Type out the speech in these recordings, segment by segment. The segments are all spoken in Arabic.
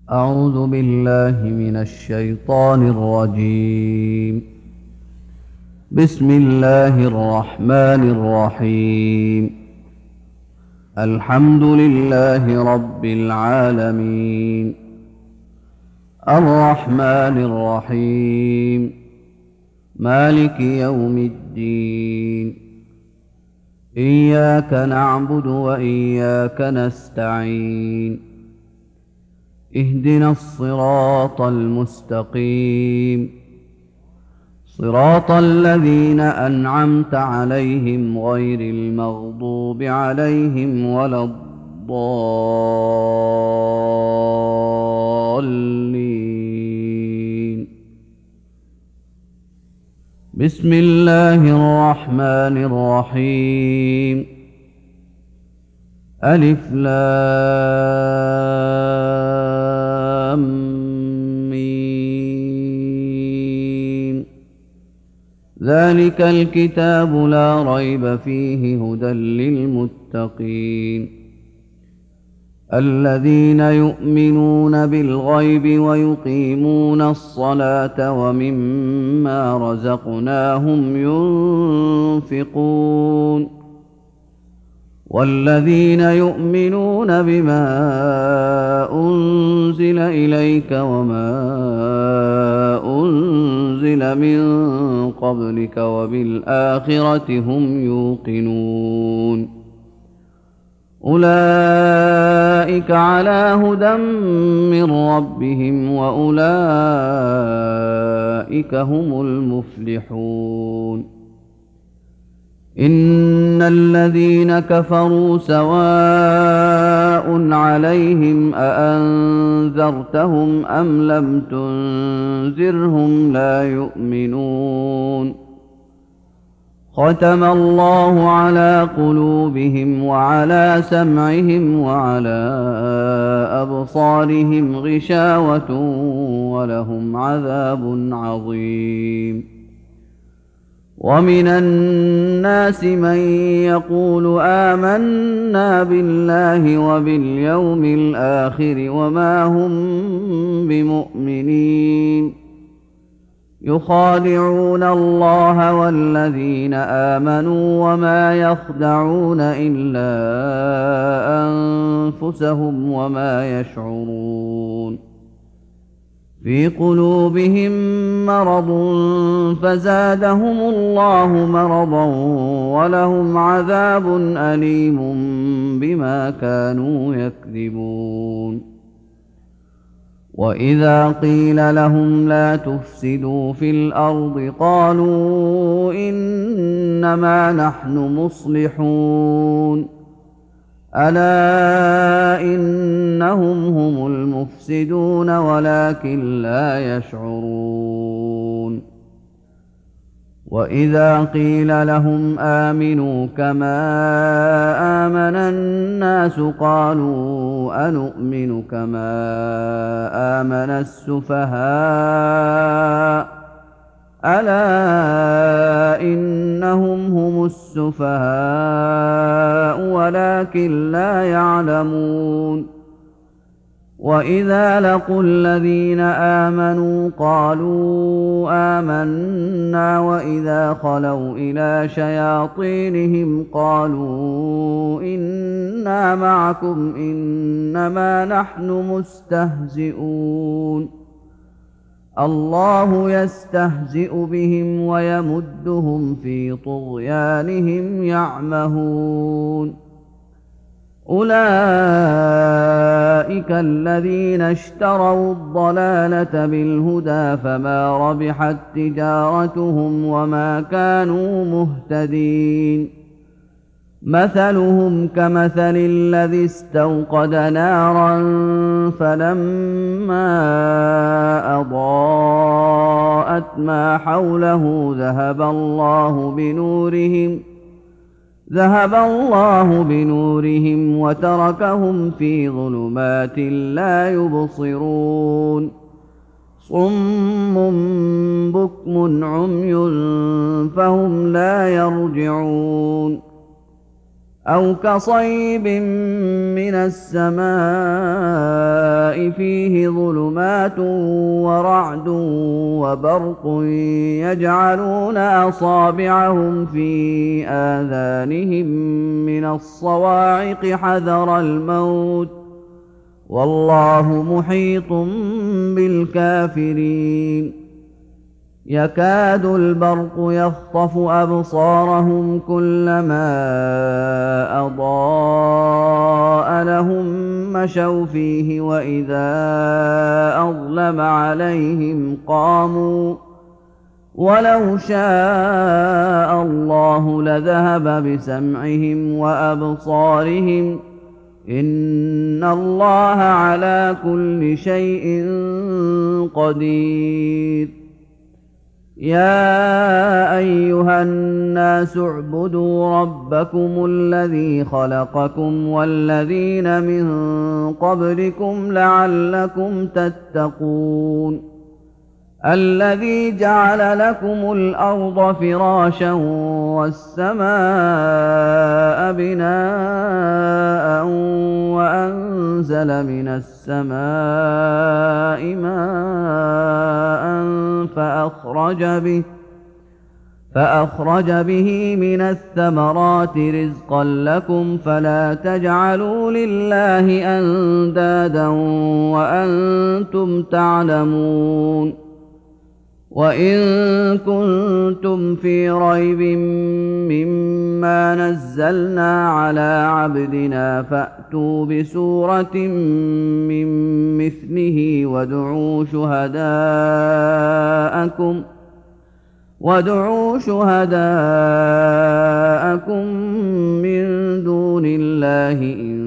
أعوذ بالله من الشيطان الرجيم. بسم الله الرحمن الرحيم. الحمد لله رب العالمين، الرحمن الرحيم، مالك يوم الدين. إياك نعبد وإياك نستعين. اهدنا الصراط المستقيم، صراط الذين أنعمت عليهم غير المغضوب عليهم ولا الضالين. بسم الله الرحمن الرحيم. ألف لام ميم. ذلك الكتاب لا ريب فيه هدى للمتقين، الذين يؤمنون بالغيب ويقيمون الصلاة ومما رزقناهم ينفقون، والذين يؤمنون بما أنزل إليك وما أنزل من قبلك وبالآخرة هم يوقنون. أولئك على هدى من ربهم وأولئك هم المفلحون. إن الذين كفروا سواء عليهم أأنذرتهم أم لم تنذرهم لا يؤمنون. ختم الله على قلوبهم وعلى سمعهم وعلى أبصارهم غشاوة ولهم عذاب عظيم. ومن الناس من يقول آمنا بالله وباليوم الآخر وما هم بمؤمنين، يخادعون الله والذين آمنوا وما يخدعون إلا أنفسهم وما يشعرون. في قلوبهم مرض فزادهم الله مرضا ولهم عذاب أليم بما كانوا يكذبون. وإذا قيل لهم لا تفسدوا في الأرض قالوا إنما نحن مصلحون. ألا إنهم هم المفسدون ولكن لا يشعرون. وإذا قيل لهم آمنوا كما آمن الناس قالوا أنؤمن كما آمن السفهاء. ألا إنهم هم السفهاء ولكن لا يعلمون. وإذا لقوا الذين آمنوا قالوا آمنا وإذا خلوا إلى شياطينهم قالوا إنا معكم إنما نحن مستهزئون. الله يستهزئ بهم ويمدهم في طغيانهم يعمهون. أولئك الذين اشتروا الضلالة بالهدى فما ربحت تجارتهم وما كانوا مهتدين. مثلهم كمثل الذي استوقد نارا فلما أضاءت ما حوله ذهب الله بنورهم وتركهم في ظلمات لا يبصرون. صم بكم عمي فهم لا يرجعون. أو كصيب من السماء فيه ظلمات ورعد وبرق يجعلون أصابعهم في آذانهم من الصواعق حذر الموت والله محيط بالكافرين يكاد البرق يخطف أبصارهم كلما أضاء لهم مشوا فيه وإذا أظلم عليهم قاموا ولو شاء الله لذهب بسمعهم وأبصارهم إن الله على كل شيء قدير يا أيها الناس اعبدوا ربكم الذي خلقكم والذين من قبلكم لعلكم تتقون الذي جعل لكم الأرض فراشا والسماء بناء وأنزل من السماء ماء فأخرج به من الثمرات رزقا لكم فلا تجعلوا لله أندادا وأنتم تعلمون وإن كنتم في ريب مما نزلنا على عبدنا فأتوا بسورة من مثله وادعوا شهداءكم من دون الله إن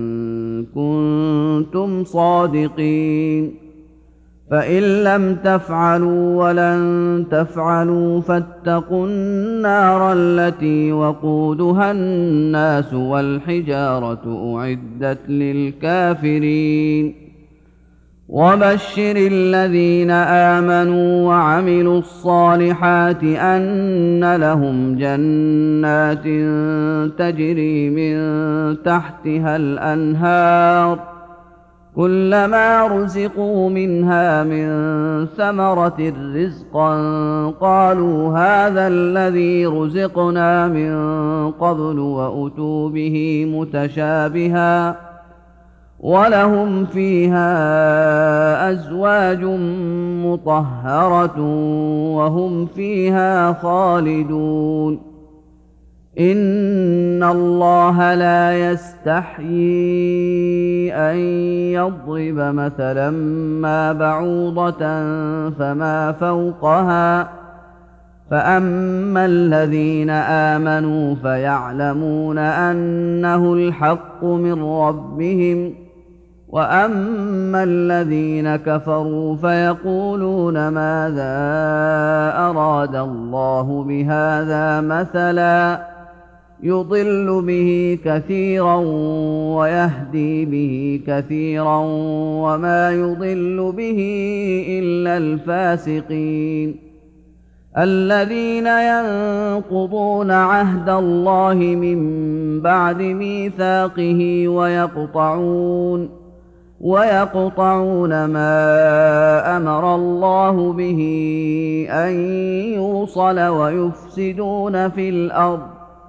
كنتم صادقين فإن لم تفعلوا ولن تفعلوا فاتقوا النار التي وقودها الناس والحجارة أعدت للكافرين وبشر الذين آمنوا وعملوا الصالحات أن لهم جنات تجري من تحتها الأنهار كلما رزقوا منها من ثمرة رزقا قالوا هذا الذي رزقنا من قبل وأتوا به متشابها ولهم فيها أزواج مطهرة وهم فيها خالدون إن الله لا يستحيي أن يضرب مثلا ما بعوضة فما فوقها فأما الذين آمنوا فيعلمون أنه الحق من ربهم وأما الذين كفروا فيقولون ماذا أراد الله بهذا مثلا يضل به كثيرا ويهدي به كثيرا وما يضل به إلا الفاسقين الذين ينقضون عهد الله من بعد ميثاقه ويقطعون ما أمر الله به أن يوصل ويفسدون في الأرض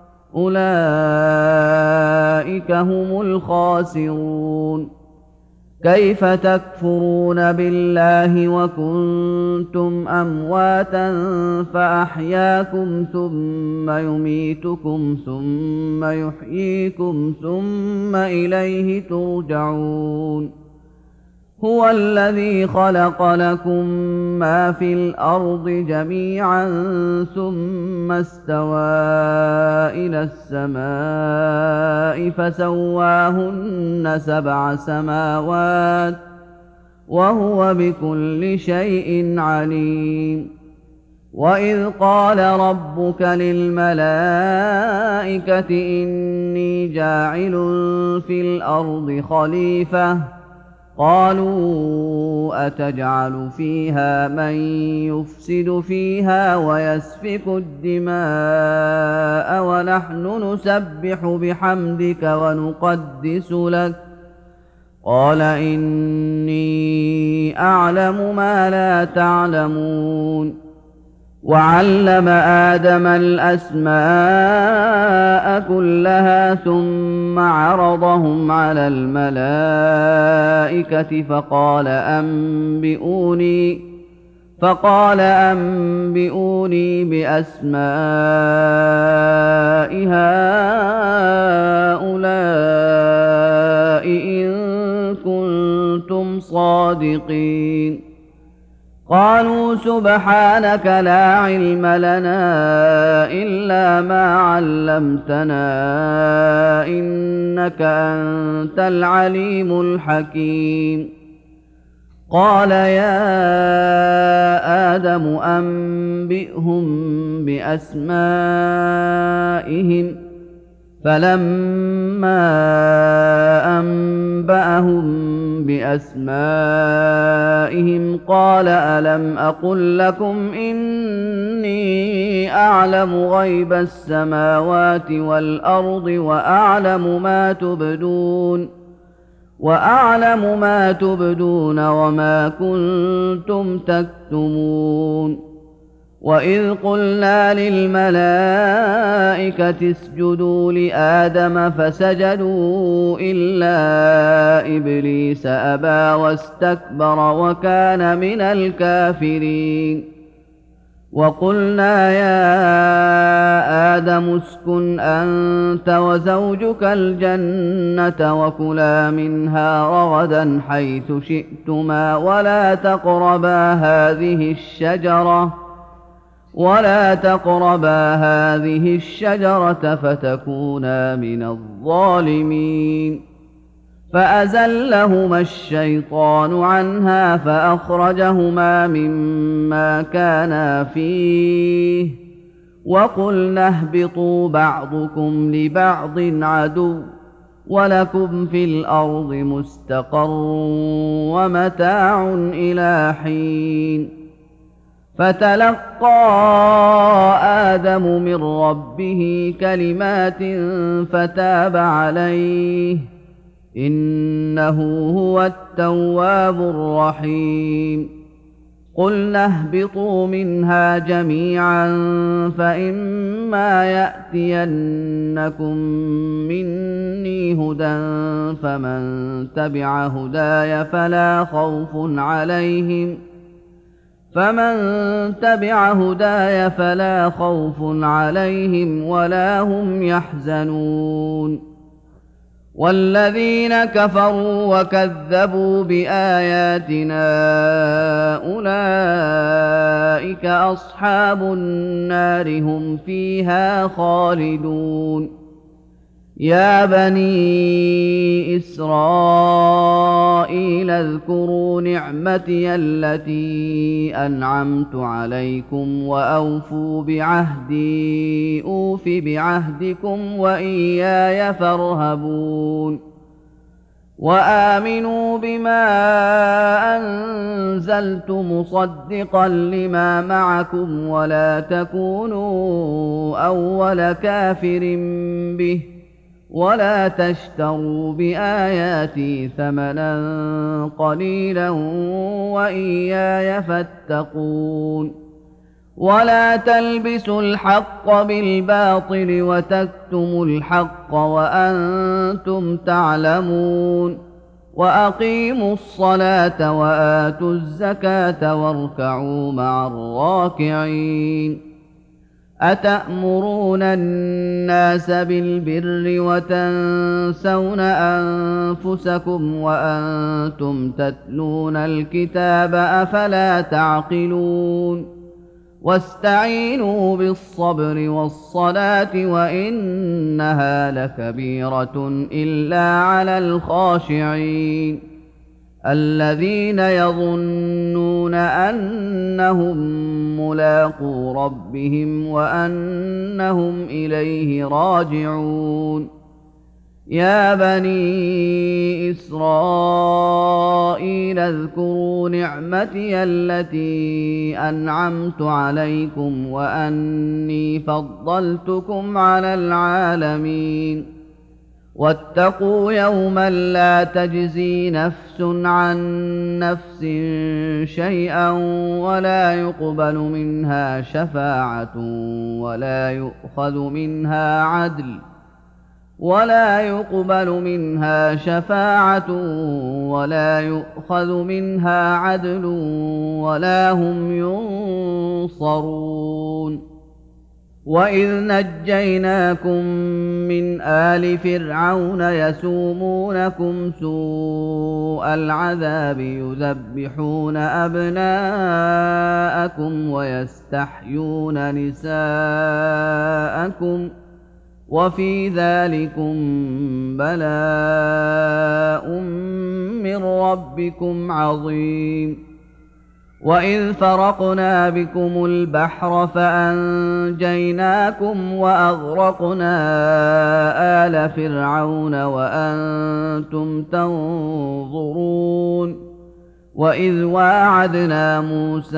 أولئك هم الخاسرون كيف تكفرون بالله وكنتم أمواتا فأحياكم ثم يميتكم ثم يحييكم ثم إليه ترجعون هو الذي خلق لكم ما في الأرض جميعا ثم استوى إلى السماء فسواهن 7 سماوات وهو بكل شيء عليم وإذ قال ربك للملائكة إني جاعل في الأرض خليفة قالوا أتجعل فيها من يفسد فيها ويسفك الدماء ونحن نسبح بحمدك ونقدس لك قال إني أعلم ما لا تعلمون وعلم آدم الأسماء كلها ثم عرضهم على الملائكة فقال أنبئوني بأسماء هؤلاء إن كنتم صادقين قالوا سبحانك لا علم لنا إلا ما علمتنا إنك أنت العليم الحكيم قال يا آدم أنبئهم بأسمائهم فلما أنبأهم بأسمائهم قال ألم أقل لكم إني أعلم غيب السماوات والأرض وأعلم ما تبدون وما كنتم تكتمون وإذ قلنا للملائكة اسجدوا لآدم فسجدوا إلا إبليس أبى واستكبر وكان من الكافرين وقلنا يا آدم اسكن أنت وزوجك الجنة وكلا منها رغدا حيث شئتما ولا تقربا هذه الشجرة فتكونا من الظالمين فأزلهما الشيطان عنها فأخرجهما مما كانا فيه وقلنا اهبطوا بعضكم لبعض عدو ولكم في الأرض مستقر ومتاع إلى حين فتلقى آدم من ربه كلمات فتاب عليه إنه هو التواب الرحيم قلنا اهبطوا منها جميعا فإما يأتينكم مني هدى فمن تبع هداي فلا خوف عليهم ولا هم يحزنون والذين كفروا وكذبوا بآياتنا أولئك أصحاب النار هم فيها خالدون يا بني إسرائيل اذكروا نعمتي التي أنعمت عليكم وأوفوا بعهدي أوف بعهدكم وإياي فارهبون وآمنوا بما أنزلت مصدقا لما معكم ولا تكونوا أول كافر به ولا تشتروا بآياتي ثمنا قليلا وإياي فاتقون ولا تلبسوا الحق بالباطل وتكتموا الحق وأنتم تعلمون وأقيموا الصلاة وآتوا الزكاة واركعوا مع الراكعين أتأمرون الناس بالبر وتنسون أنفسكم وأنتم تتلون الكتاب أفلا تعقلون واستعينوا بالصبر والصلاة وإنها لكبيرة إلا على الخاشعين الذين يظنون أنهم ملاقو ربهم وأنهم إليه راجعون يا بني إسرائيل اذكروا نعمتي التي أنعمت عليكم وأني فضلتكم على العالمين واتقوا يوما لا تجزي نفس عن نفس شيئا ولا يقبل منها شفاعة ولا يؤخذ منها عدل ولا هم ينصرون. وإذ نجيناكم من آل فرعون يسومونكم سوء العذاب يذبحون أبناءكم ويستحيون نساءكم وفي ذلكم بلاء من ربكم عظيم. وإذ فرقنا بكم البحر فأنجيناكم وأغرقنا آل فرعون وأنتم تنظرون. وإذ واعدنا موسى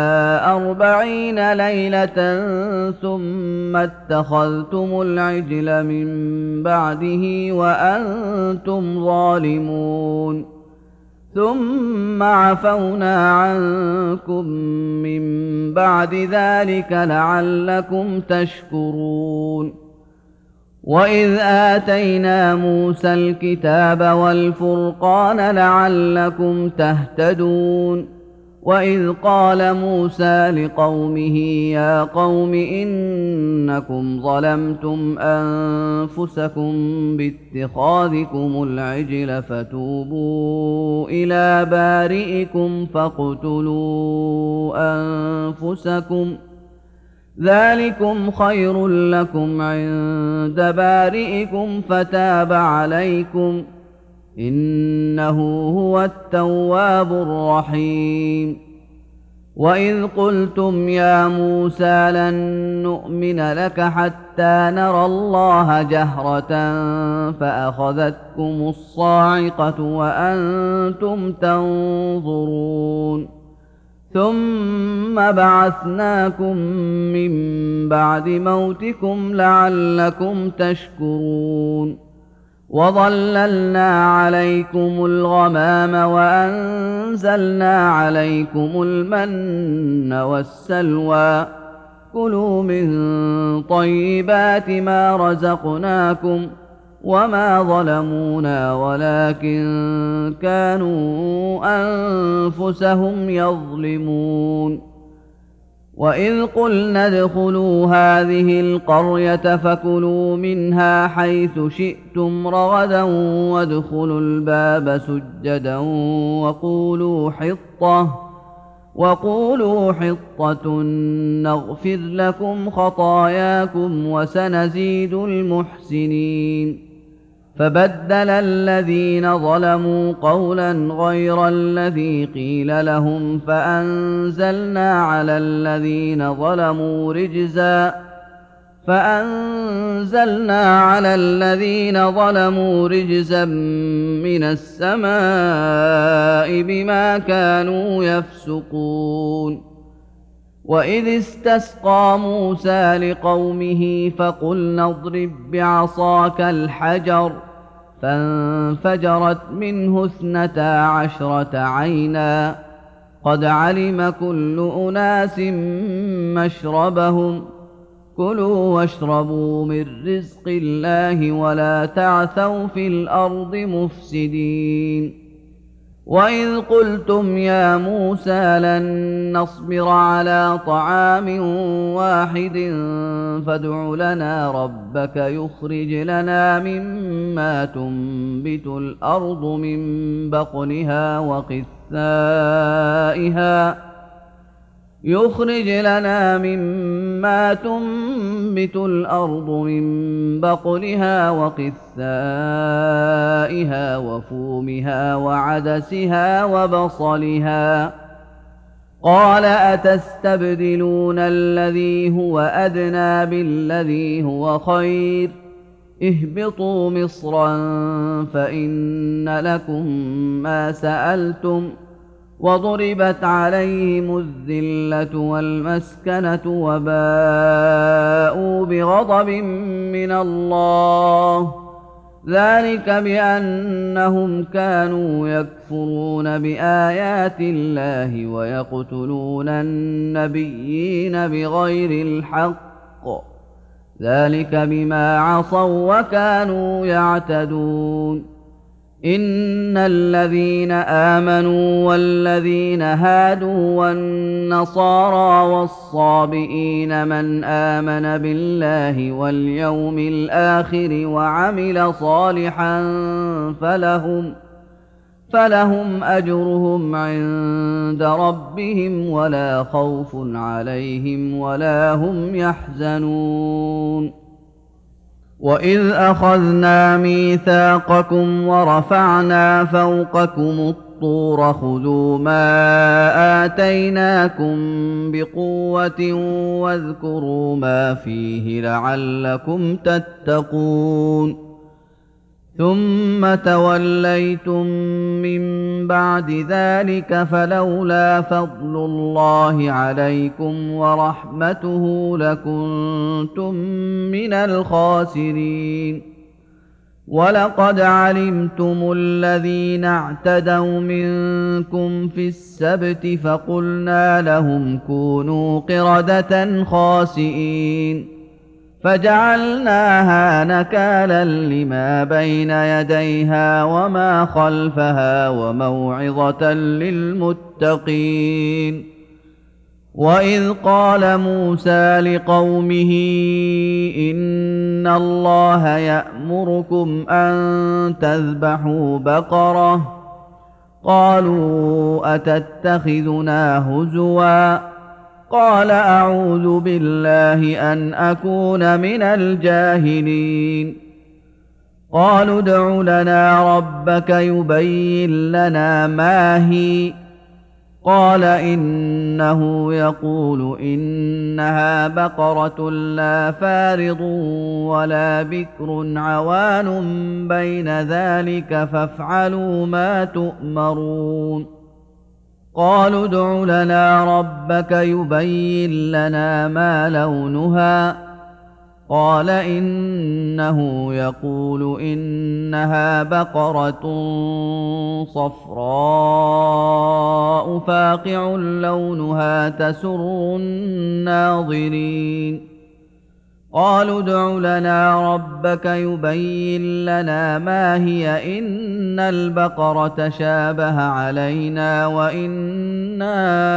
40 ليلة ثم اتخذتم العجل من بعده وأنتم ظالمون. ثم عفونا عنكم من بعد ذلك لعلكم تشكرون. وإذ آتينا موسى الكتاب والفرقان لعلكم تهتدون. وإذ قال موسى لقومه يا قوم إنكم ظلمتم أنفسكم باتخاذكم العجل فتوبوا إلى بارئكم فاقتلوا أنفسكم ذلكم خير لكم عند بارئكم فتاب عليكم إنه هو التواب الرحيم. وإذ قلتم يا موسى لن نؤمن لك حتى نرى الله جهرة فأخذتكم الصاعقة وأنتم تنظرون. ثم بعثناكم من بعد موتكم لعلكم تشكرون. وظللنا عليكم الغمام وأنزلنا عليكم المن والسلوى كلوا من طيبات ما رزقناكم وما ظلمونا ولكن كانوا أنفسهم يظلمون. وإذ قلنا ادخلوا هذه القرية فكلوا منها حيث شئتم رغدا وادخلوا الباب سجدا وقولوا حطة نغفر لكم خطاياكم وسنزيد المحسنين. فبدل الذين ظلموا قولا غير الذي قيل لهم فأنزلنا على الذين ظلموا رجزا من السماء بما كانوا يفسقون. وإذ استسقى موسى لقومه فقلنا اضرب بعصاك الحجر فانفجرت منه 12 عينا قد علم كل أناس مشربهم كلوا واشربوا من رزق الله ولا تعثوا في الأرض مفسدين. وإذ قلتم يا موسى لن نصبر على طعام واحد فادع لنا ربك يخرج لنا مما تنبت الأرض من بقلها وقثائها وفومها وعدسها وبصلها قال أتستبدلون الذي هو أدنى بالذي هو خير اهبطوا مصرا فإن لكم ما سألتم وضربت عليهم الذلة والمسكنة وباءوا بغضب من الله ذلك بأنهم كانوا يكفرون بآيات الله ويقتلون النبيين بغير الحق، ذلك بما عصوا وكانوا يعتدون. إن الذين آمنوا والذين هادوا والنصارى والصابئين من آمن بالله واليوم الآخر وعمل صالحا فلهم أجرهم عند ربهم ولا خوف عليهم ولا هم يحزنون. وإذ أخذنا ميثاقكم ورفعنا فوقكم الطور خذوا ما آتيناكم بقوة واذكروا ما فيه لعلكم تتقون. ثم توليتم من بعد ذلك فلولا فضل الله عليكم ورحمته لكنتم من الخاسرين. ولقد علمتم الذين اعتدوا منكم في السبت فقلنا لهم كونوا قردة خاسئين فجعلناها نكالا لما بين يديها وما خلفها وموعظة للمتقين. وإذ قال موسى لقومه إن الله يأمركم أن تذبحوا بقرة قالوا أتتخذنا هزوا قال أعوذ بالله أن أكون من الجاهلين. قالوا ادع لنا ربك يبين لنا ما هي قال إنه يقول إنها بقرة لا فارض ولا بكر عوان بين ذلك فافعلوا ما تؤمرون. قالوا ادع لنا ربك يبين لنا ما لونها قال إنه يقول إنها بقرة صفراء فاقع لونها تسر الناظرين. قالوا ادع لنا ربك يبين لنا ما هي إن البقرة شابه علينا وإنا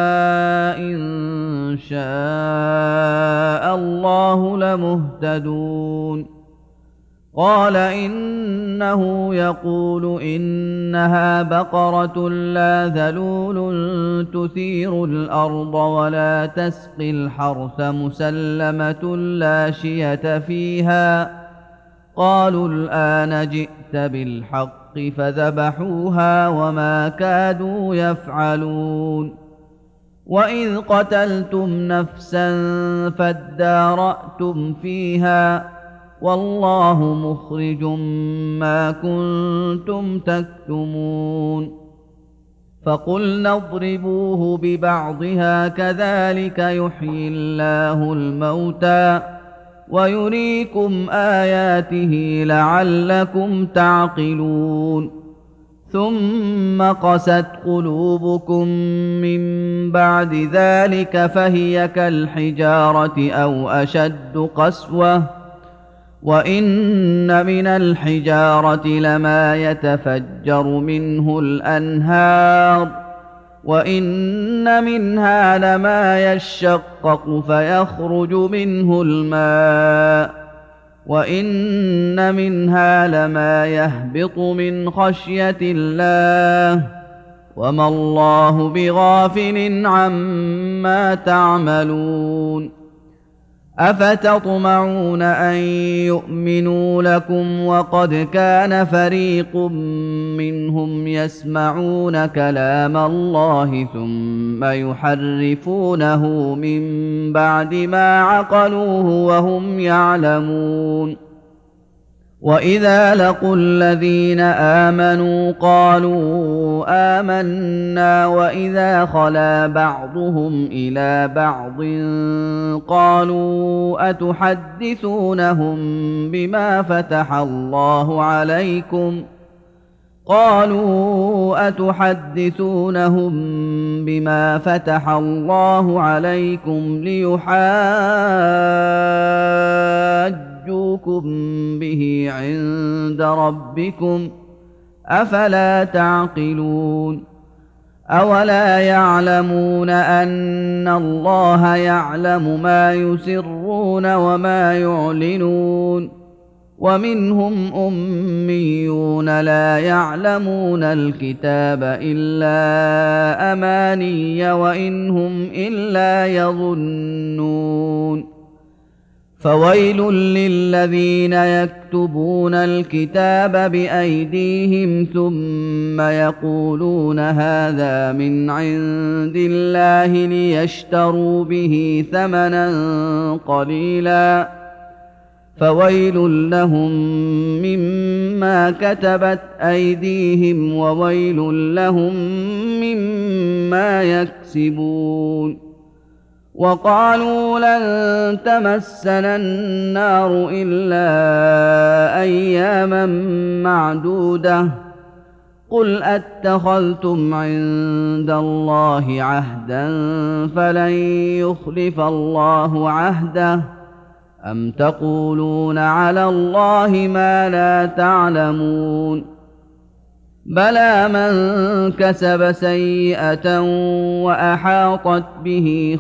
إن شاء الله لمهتدون. قال إنه يقول إنها بقرة لا ذلول تثير الأرض ولا تسقي الحرث مسلمة لا شية فيها. قالوا الآن جئت بالحق فذبحوها وما كادوا يفعلون. وإذ قتلتم نفسا فادارأتم فيها والله مخرج ما كنتم تكتمون. فقلنا اضربوه ببعضها كذلك يحيي الله الموتى ويريكم آياته لعلكم تعقلون. ثم قست قلوبكم من بعد ذلك فهي كالحجارة أو أشد قسوة وإن من الحجارة لما يتفجر منه الأنهار وإن منها لما يشقق فيخرج منه الماء وإن منها لما يهبط من خشية الله وما الله بغافل عما تعملون. أفتطمعون أن يؤمنوا لكم وقد كان فريق منهم يسمعون كلام الله ثم يحرفونه من بعد ما عقلوه وهم يعلمون. وإذا لقوا الذين آمنوا قالوا آمنا وإذا خلا بعضهم إلى بعض قالوا أتحدثونهم بما فتح الله عليكم ليحاجوكم به عند ربكم أفلا تعقلون أولا يعلمون أن الله يعلم ما يسرون وما يعلنون ومنهم أميون لا يعلمون الكتاب إلا أماني وإن هم إلا يظنون فويل للذين يكتبون الكتاب بأيديهم ثم يقولون هذا من عند الله ليشتروا به ثمنا قليلا فويل لهم مما كتبت أيديهم وويل لهم مما يكسبون وقالوا لن تمسنا النار إلا أياما معدودة قل أتخذتم عند الله عهدا فلن يخلف الله عهده أم تقولون على الله ما لا تعلمون بلى من كسب سيئة وأحاطت به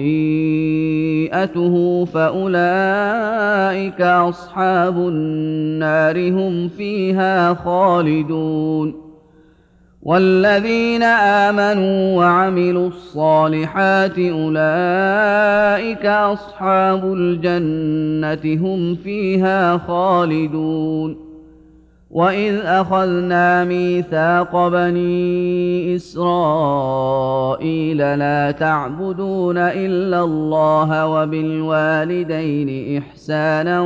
خطيئته فأولئك أصحاب النار هم فيها خالدون والذين آمنوا وعملوا الصالحات أولئك أصحاب الجنة هم فيها خالدون وإذ أخذنا ميثاق بني إسرائيل لا تعبدون إلا الله وبالوالدين إحسانا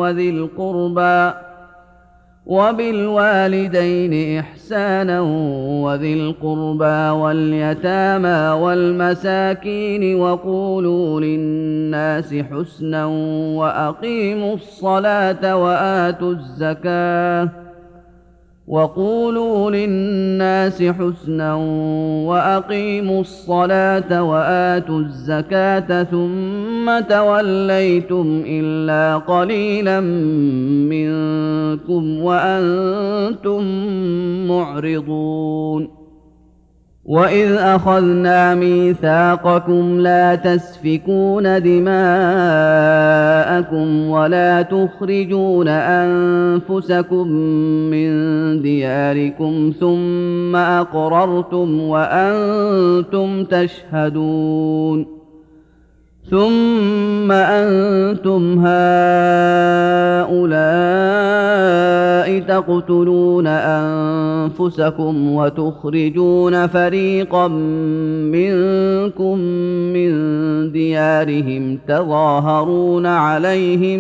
وذي القربى واليتامى والمساكين وقولوا للناس حسنا وأقيموا الصلاة وآتوا الزكاة ثم توليتم إلا قليلا منكم وأنتم معرضون وإذ أخذنا ميثاقكم لا تسفكون دماءكم ولا تخرجون أنفسكم من دياركم ثم أقررتم وأنتم تشهدون ثم أنتم هؤلاء تقتلون أنفسكم وتخرجون فريقا منكم من ديارهم تظاهرون عليهم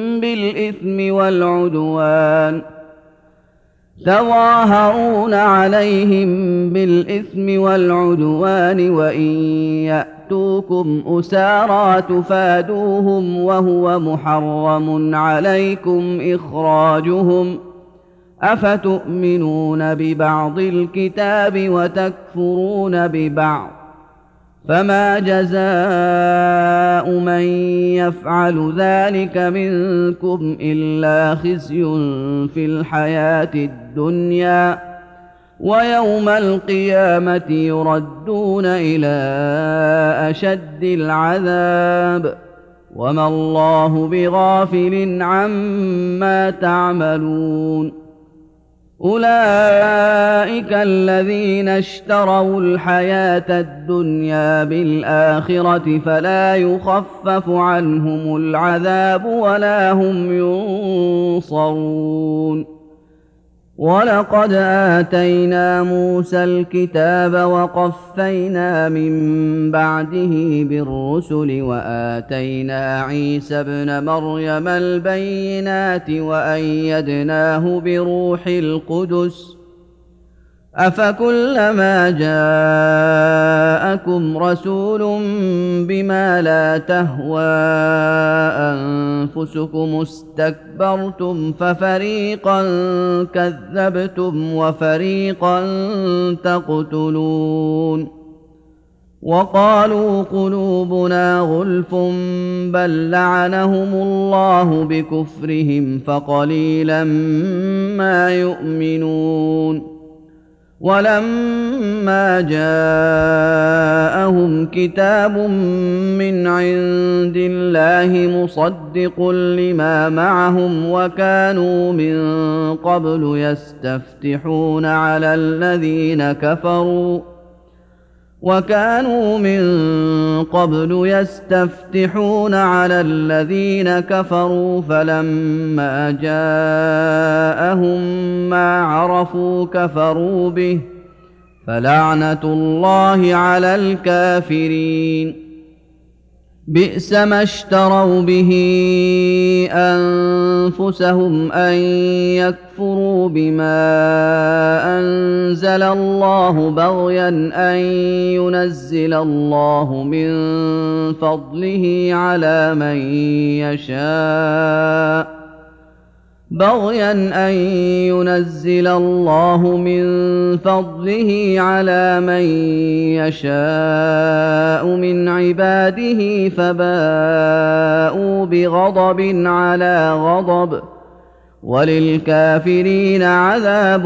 بالإثم والعدوان وإن يأتوكم أسارى تفادوهم وهو محرم عليكم إخراجهم أفتؤمنون ببعض الكتاب وتكفرون ببعض فما جزاء من يفعل ذلك منكم إلا خزي في الحياة الدنيا ويوم القيامة يردون إلى أشد العذاب وما الله بغافل عما تعملون أولئك الذين اشتروا الحياة الدنيا بالآخرة فلا يخفف عنهم العذاب ولا هم ينصرون ولقد آتينا موسى الكتاب وقفينا من بعده بالرسل وآتينا عيسى ابن مريم البينات وأيدناه بروح القدس أفكلما جاءكم رسول بما لا تهوى أنفسكم استكبرتم ففريقا كذبتم وفريقا تقتلون وقالوا قلوبنا غلف بل لعنهم الله بكفرهم فقليلا ما يؤمنون ولما جاءهم كتاب من عند الله مصدق لما معهم وكانوا من قبل يستفتحون على الذين كفروا فلما جاءهم ما عرفوا كفروا به فلعنة الله على الكافرين بئس ما اشتروا به أنفسهم أن يكفروا بما أنزل الله بغيا أن ينزل الله من فضله على من يشاء من عباده فباءوا بغضب على غضب وللكافرين عذاب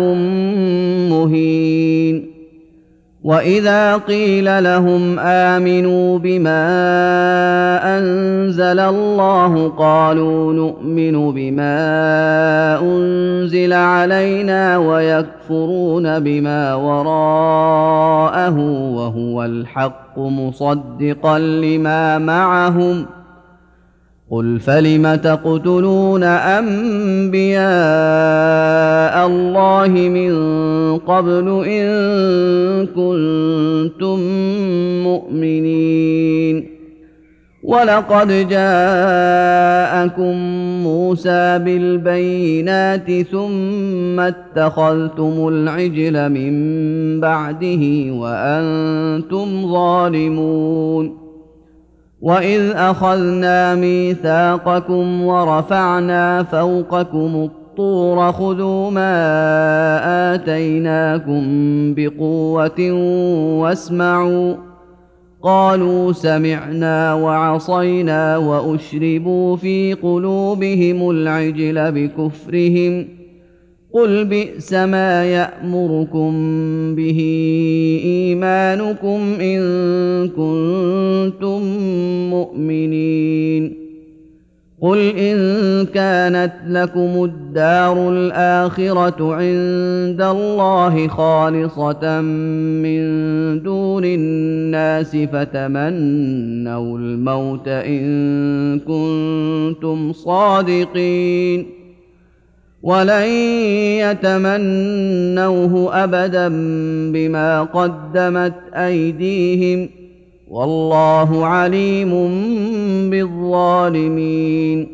مهين وإذا قيل لهم آمنوا بما أنزل الله قالوا نؤمن بما أنزل علينا ويكفرون بما وراءه وهو الحق مصدقا لما معهم قل فلم تقتلون أنبياء الله من قبل إن كنتم مؤمنين ولقد جاءكم موسى بالبينات ثم اتخذتم العجل من بعده وأنتم ظالمون وإذ أخذنا ميثاقكم ورفعنا فوقكم الطور خذوا ما آتيناكم بقوة واسمعوا قالوا سمعنا وعصينا وأشربوا في قلوبهم العجل بكفرهم قل بئس ما يأمركم به إيمانكم إن كنتم مؤمنين قل إن كانت لكم الدار الآخرة عند الله خالصة من دون الناس فتمنوا الموت إن كنتم صادقين ولن يتمنوه أبدا بما قدمت أيديهم والله عليم بالظالمين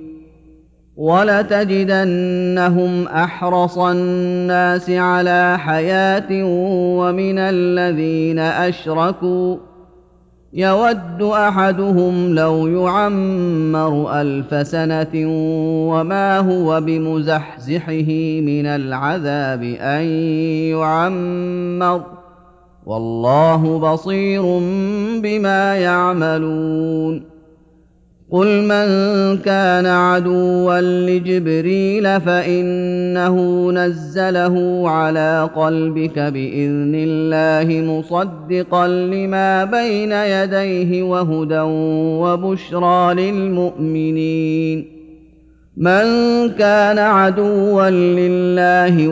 ولتجدنهم أحرص الناس على حياة ومن الذين أشركوا يود أحدهم لو يعمر 1000 سنة وما هو بمزحزحه من العذاب أن يعمر والله بصير بما يعملون قل من كان عدوا لجبريل فإنه نزله على قلبك بإذن الله مصدقا لما بين يديه وهدى وبشرى للمؤمنين من كان عدوا لله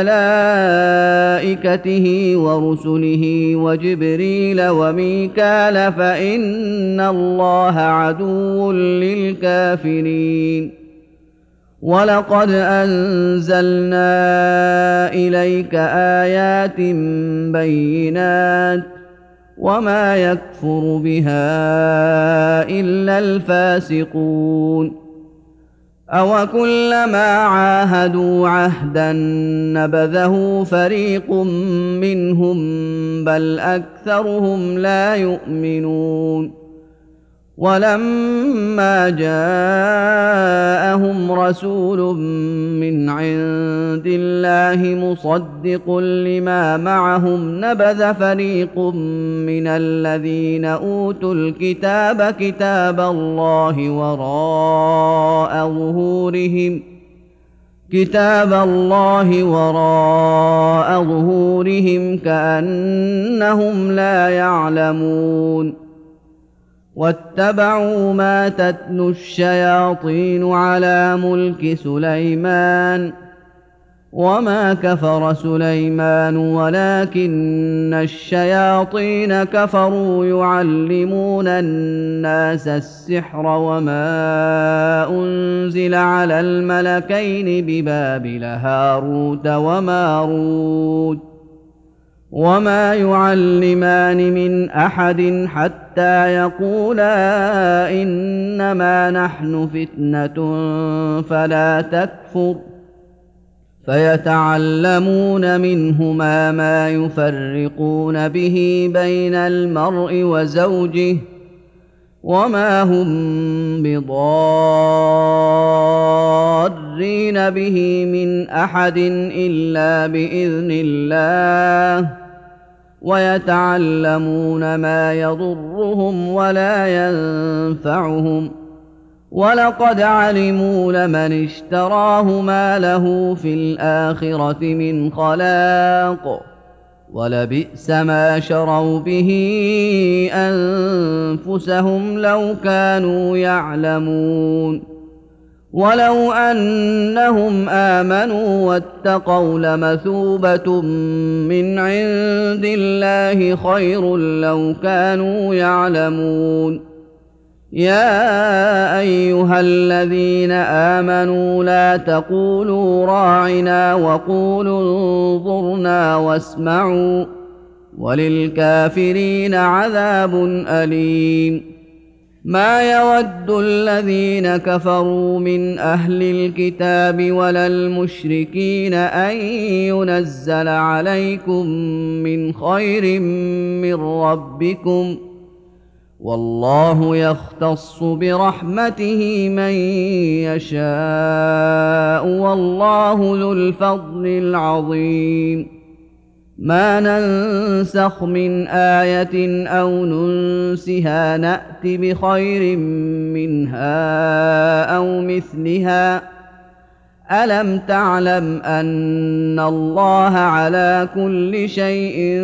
وملائكته ورسله وجبريل وميكال فإن الله عدو للكافرين ولقد أنزلنا إليك آيات بينات وما يكفر بها إلا الفاسقون أوكلما عاهدوا عهدا نبذه فريق منهم بل أكثرهم لا يؤمنون ولما جاءهم رسول من عند الله مصدق لما معهم نبذ فريق من الذين أوتوا الكتاب كتاب الله وراء ظهورهم كأنهم لا يعلمون واتبعوا ما تتلو الشياطين على ملك سليمان وما كفر سليمان ولكن الشياطين كفروا يعلمون الناس السحر وما أنزل على الملكين ببابل هاروت وماروت وما يعلمان من أحد حتى يقولا إنما نحن فتنة فلا تكفر فيتعلمون منهما ما يفرقون به بين المرء وزوجه وما هم بضارين به من أحد إلا بإذن الله ويتعلمون ما يضرهم ولا ينفعهم ولقد علموا لمن اشتراه ما له في الآخرة من خلاق ولبئس ما شروا به أنفسهم لو كانوا يعلمون ولو أنهم آمنوا واتقوا لمثوبة من عند الله خير لو كانوا يعلمون يا أيها الذين آمنوا لا تقولوا راعنا وقولوا انظرنا واسمعوا وللكافرين عذاب أليم ما يود الذين كفروا من أهل الكتاب ولا المشركين أن ينزل عليكم من خير من ربكم والله يختص برحمته من يشاء والله ذو الفضل العظيم ما ننسخ من آية أو ننسها نأت بخير منها أو مثلها ألم تعلم أن الله على كل شيء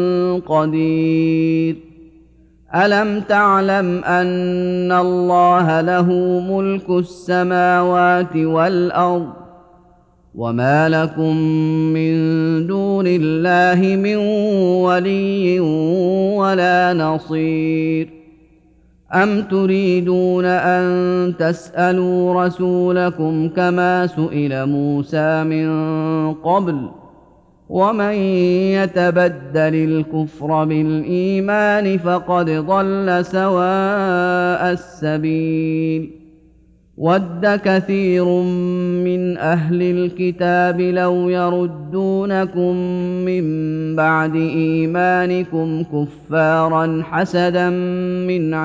قدير ألم تعلم أن الله له ملك السماوات والأرض وما لكم من دون الله من ولي ولا نصير أم تريدون أن تسألوا رسولكم كما سئل موسى من قبل ومن يتبدل الكفر بالإيمان فقد ضل سواء السبيل ود كثير من أهل الكتاب لو يردونكم من بعد إيمانكم كفارا حسدا من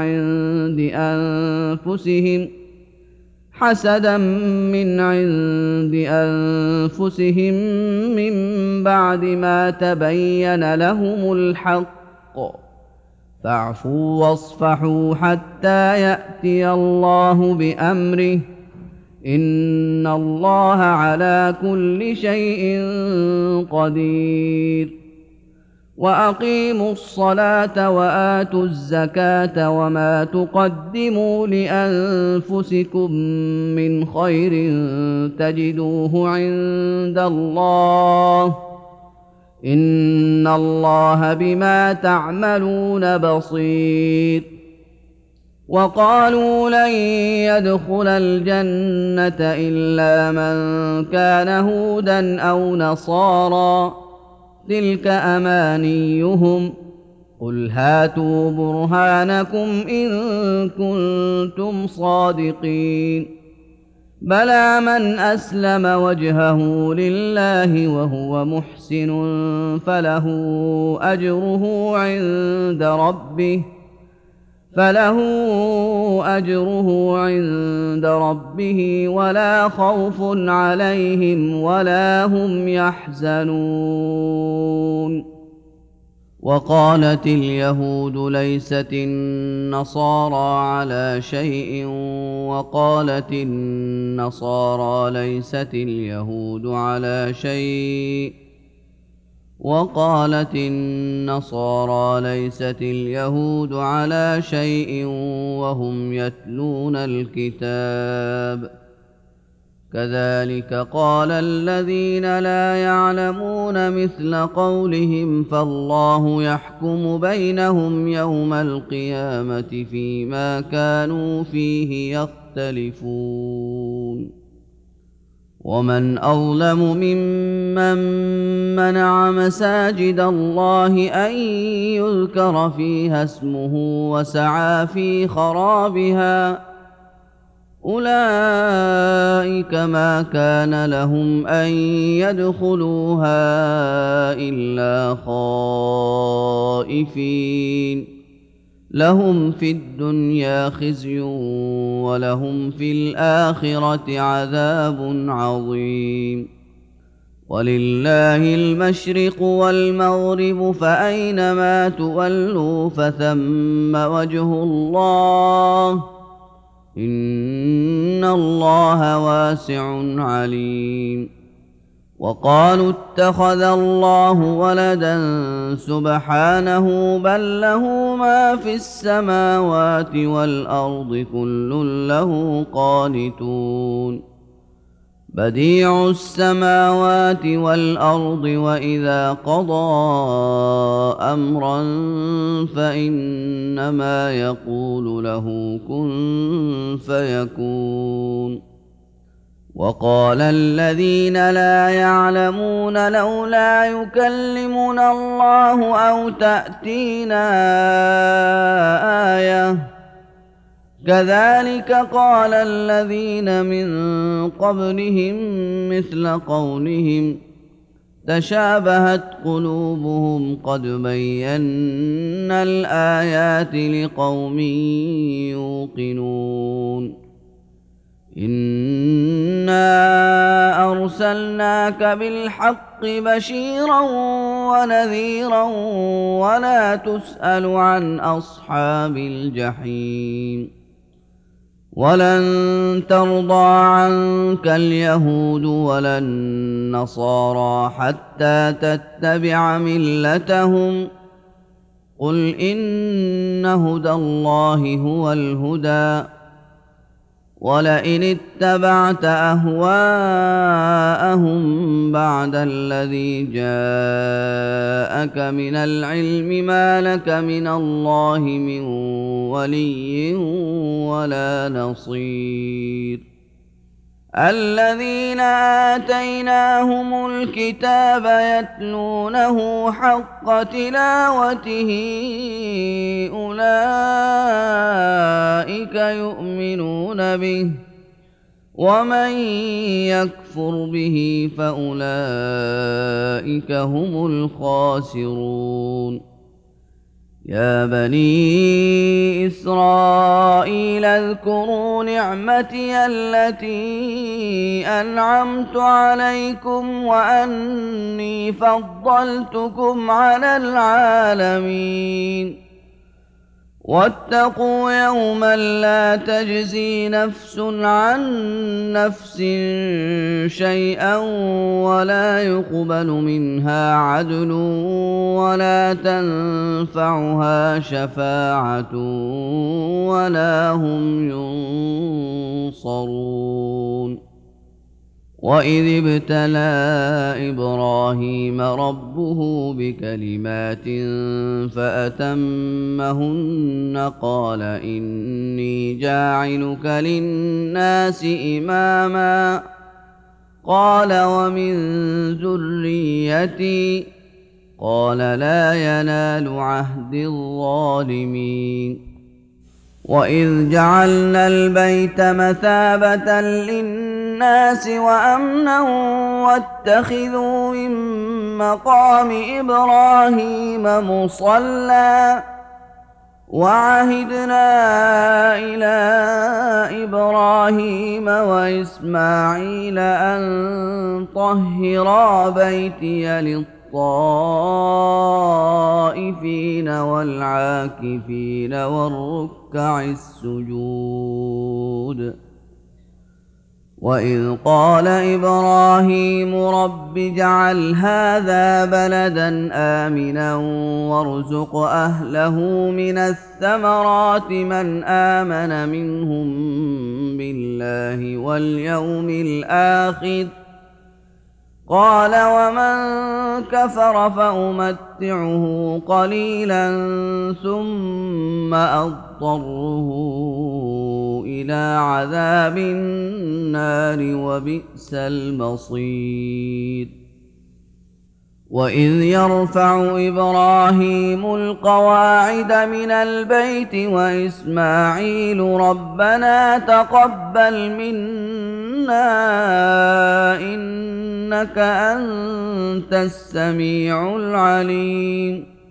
عند أنفسهم من بعد ما تبين لهم الحق فاعفوا واصفحوا حتى يأتي الله بأمره إن الله على كل شيء قدير وأقيموا الصلاة وآتوا الزكاة وما تقدموا لأنفسكم من خير تجدوه عند الله إن الله بما تعملون بصير وقالوا لن يدخل الجنة إلا من كان هودا أو نصارى تلك أمانيهم قل هاتوا برهانكم إن كنتم صادقين بلى من أسلم وجهه لله وهو محسن فله أجره عند ربه ولا خوف عليهم ولا هم يحزنون وقالت اليهود ليست النصارى على شيء وقالت النصارى ليست اليهود على شيء وهم يتلون الكتاب كذلك قال الذين لا يعلمون مثل قولهم فالله يحكم بينهم يوم القيامة فيما كانوا فيه يختلفون ومن أظلم ممن منع مساجد الله أن يذكر فيها اسمه وسعى في خرابها أولئك ما كان لهم أن يدخلوها إلا خائفين لهم في الدنيا خزي ولهم في الآخرة عذاب عظيم ولله المشرق والمغرب فأينما تولوا فثم وجه الله إن الله واسع عليم وقالوا اتخذ الله ولدا سبحانه بل له ما في السماوات والأرض كل له قانتون بديع السماوات والأرض وإذا قضى أمرا فإنما يقول له كن فيكون وقال الذين لا يعلمون لولا يكلمنا الله أو تأتينا آية كذلك قال الذين من قبلهم مثل قولهم تشابهت قلوبهم قد بينا الآيات لقوم يوقنون إنا أرسلناك بالحق بشيرا ونذيرا ولا تسأل عن أصحاب الجحيم ولن ترضى عنك اليهود ولا النصارى حتى تتبع ملتهم قل إن هدى الله هو الهدى ولئن اتبعت أهواءهم بعد الذي جاءك من العلم ما لك من الله من ولي ولا نصير الذين آتيناهم الكتاب يتلونه حق تلاوته أولئك يؤمنون به ومن يكفر به فأولئك هم الخاسرون يا بني إسرائيل اذكروا نعمتي التي أنعمت عليكم وأني فضلتكم على العالمين واتقوا يوما لا تجزي نفس عن نفس شيئا ولا يقبل منها عدل ولا تنفعها شفاعة ولا هم ينصرون وإذ ابتلى إبراهيم ربه بكلمات فأتمهن قال إني جاعلك للناس إماما قال ومن ذريتي قال لا ينال عهد الظالمين وإذ جعلنا البيت مثابة للناس وأمنا واتخذوا من مقام إبراهيم مصلى وعهدنا إلى إبراهيم وإسماعيل أن طهرا بيتي للطائفين والعاكفين والركع السجود وإذ قال إبراهيم رب اجعل هذا بلدا آمنا وارزق أهله من الثمرات من آمن منهم بالله واليوم الآخر قال ومن كفر فأمتعه قليلا ثم أضطره إلى عذاب النار وبئس المصير وإذ يرفع إبراهيم القواعد من البيت وإسماعيل ربنا تقبل منا إنك أنت السميع العليم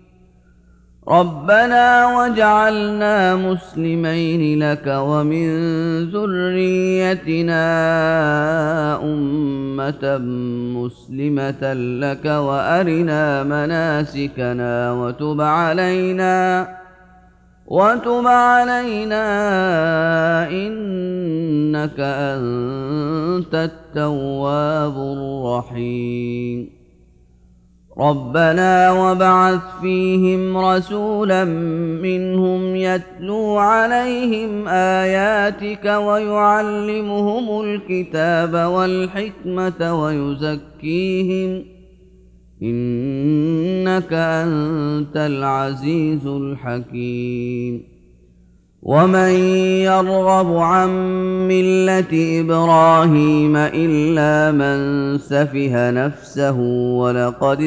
ربنا واجعلنا مسلمين لك ومن ذريتنا أمة مسلمة لك وأرنا مناسكنا وتب علينا إنك أنت التواب الرحيم ربنا وابعث فيهم رسولا منهم يتلو عليهم آياتك ويعلمهم الكتاب والحكمة ويزكيهم إنك أنت العزيز الحكيم ومن يرغب عن ملة إبراهيم إلا من سفه نفسه ولقد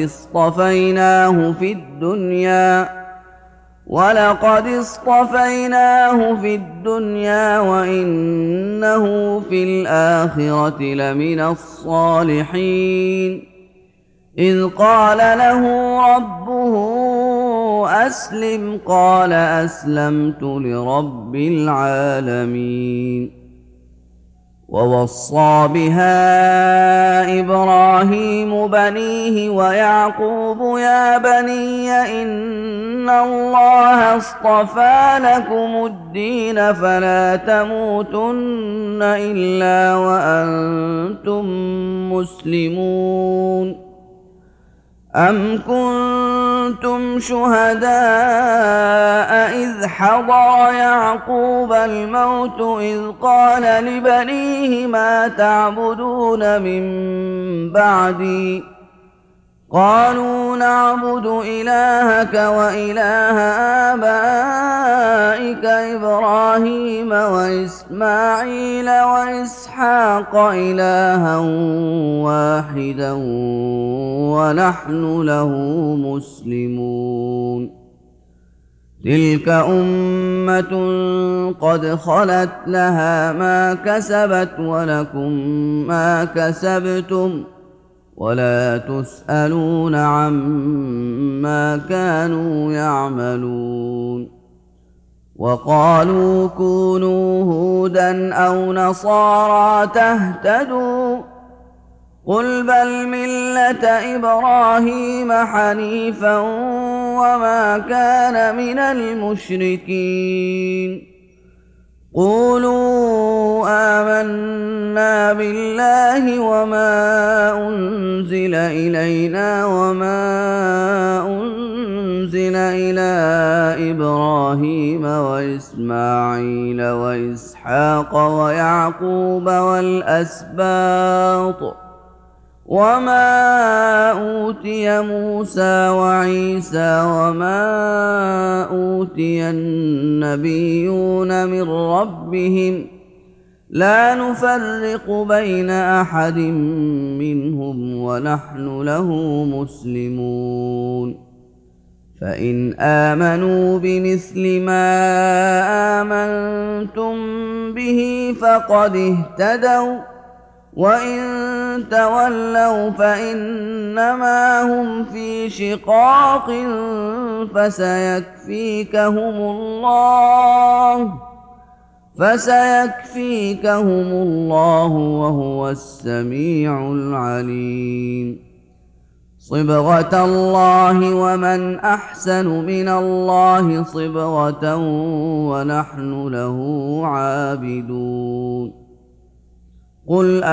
اصطفيناه في الدنيا وإنه في الآخرة لمن الصالحين إذ قال له ربه أسلم قال أسلمت لرب العالمين ووصى بها إبراهيم بنيه ويعقوب يا بني إن الله اصطفى لكم الدين فلا تموتن إلا وأنتم مسلمون أم كنتم شهداء إذ حضر يعقوب الموت إذ قال لبنيه ما تعبدون من بعدي قالوا نعبد إلهك وإله آبائك إبراهيم وإسماعيل وإسحاق إلها واحدا ونحن له مسلمون تلك أمة قد خلت لها ما كسبت ولكم ما كسبتم ولا تسألون عما كانوا يعملون وقالوا كونوا هودا أو نصارى تهتدوا قل بل ملة إبراهيم حنيفا وما كان من المشركين قولوا آمنا بالله وما أنزل إلينا وما أنزل أنزل إلى إبراهيم وإسماعيل وإسحاق ويعقوب والأسباط وما أوتي موسى وعيسى وما أوتي النبيون من ربهم لا نفرق بين أحد منهم ونحن له مسلمون فإن آمنوا بمثل ما آمنتم به فقد اهتدوا وإن تولوا فإنما هم في شقاق فسيكفيكهم الله وهو السميع العليم صبغة الله ومن أحسن من الله صبغة ونحن له عابدون قل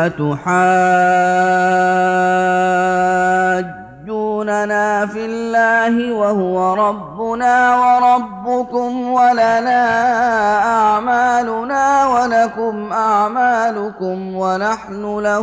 أتحاجوننا في الله وهو ربنا وربكم ولنا أعمالنا ولكم أعمالكم ونحن له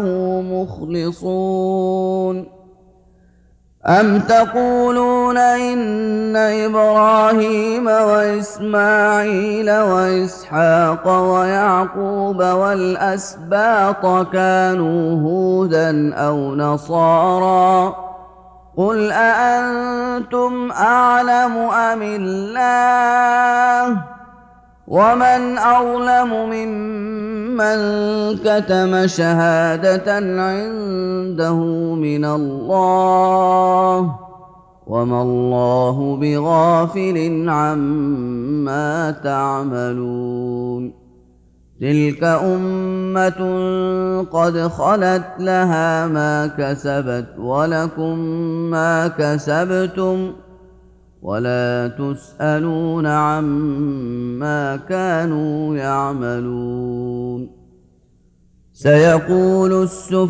مخلصون أم تقولون إن إبراهيم وإسماعيل وإسحاق ويعقوب والأسباط كانوا هودا أو نصارى قل أأنتم أعلم أم الله ومن أظلم ممن كتم شهادة عنده من الله وما الله بغافل عما تعملون تلك أمة قد خلت لها ما كسبت ولكم ما كسبتم ولا تسألون عما كانوا يعملون سيقول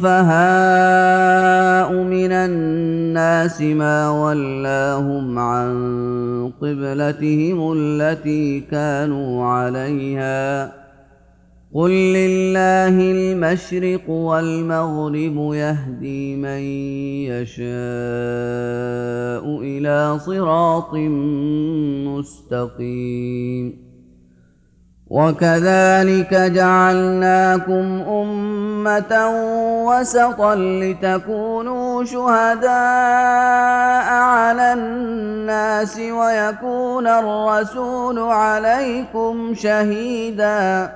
السفهاء من الناس ما ولاهم عن قبلتهم التي كانوا عليها قل لله المشرق والمغرب يهدي من يشاء إلى صراط مستقيم وكذلك جعلناكم أمة وسطا لتكونوا شهداء على الناس ويكون الرسول عليكم شهيدا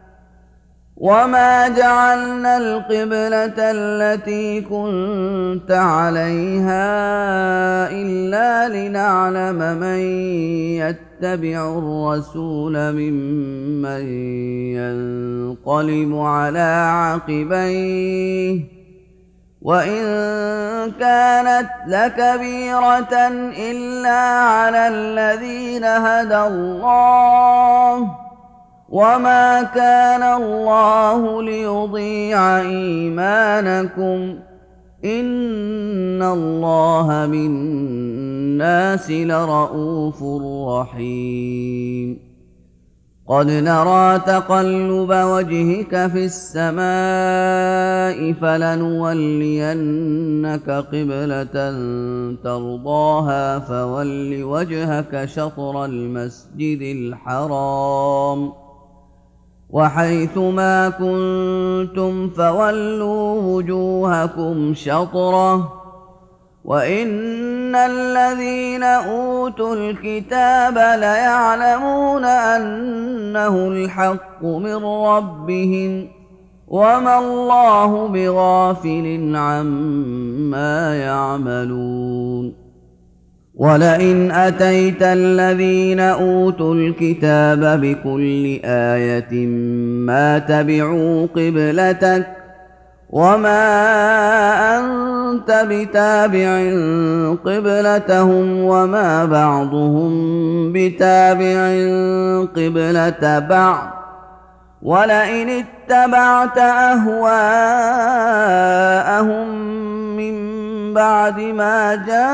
وما جعلنا القبلة التي كنت عليها إلا لنعلم من يتبع الرسول ممن ينقلب على عقبيه وإن كانت لكبيرة إلا على الذين هدى الله وما كان الله ليضيع إيمانكم إن الله بالناس لرءوف رحيم قد نرى تقلب وجهك في السماء فلنولينك قبلة ترضاها فول وجهك شطر المسجد الحرام وحيث ما كنتم فولوا وجوهكم شطره وإن الذين أوتوا الكتاب ليعلمون أنه الحق من ربهم وما الله بغافل عما يعملون ولئن أتيت الذين أوتوا الكتاب بكل آية ما تبعوا قبلتك وما أنت بتابع قبلتهم وما بعضهم بتابع قبلة بعض ولئن اتبعت أهواءهم من بعد ما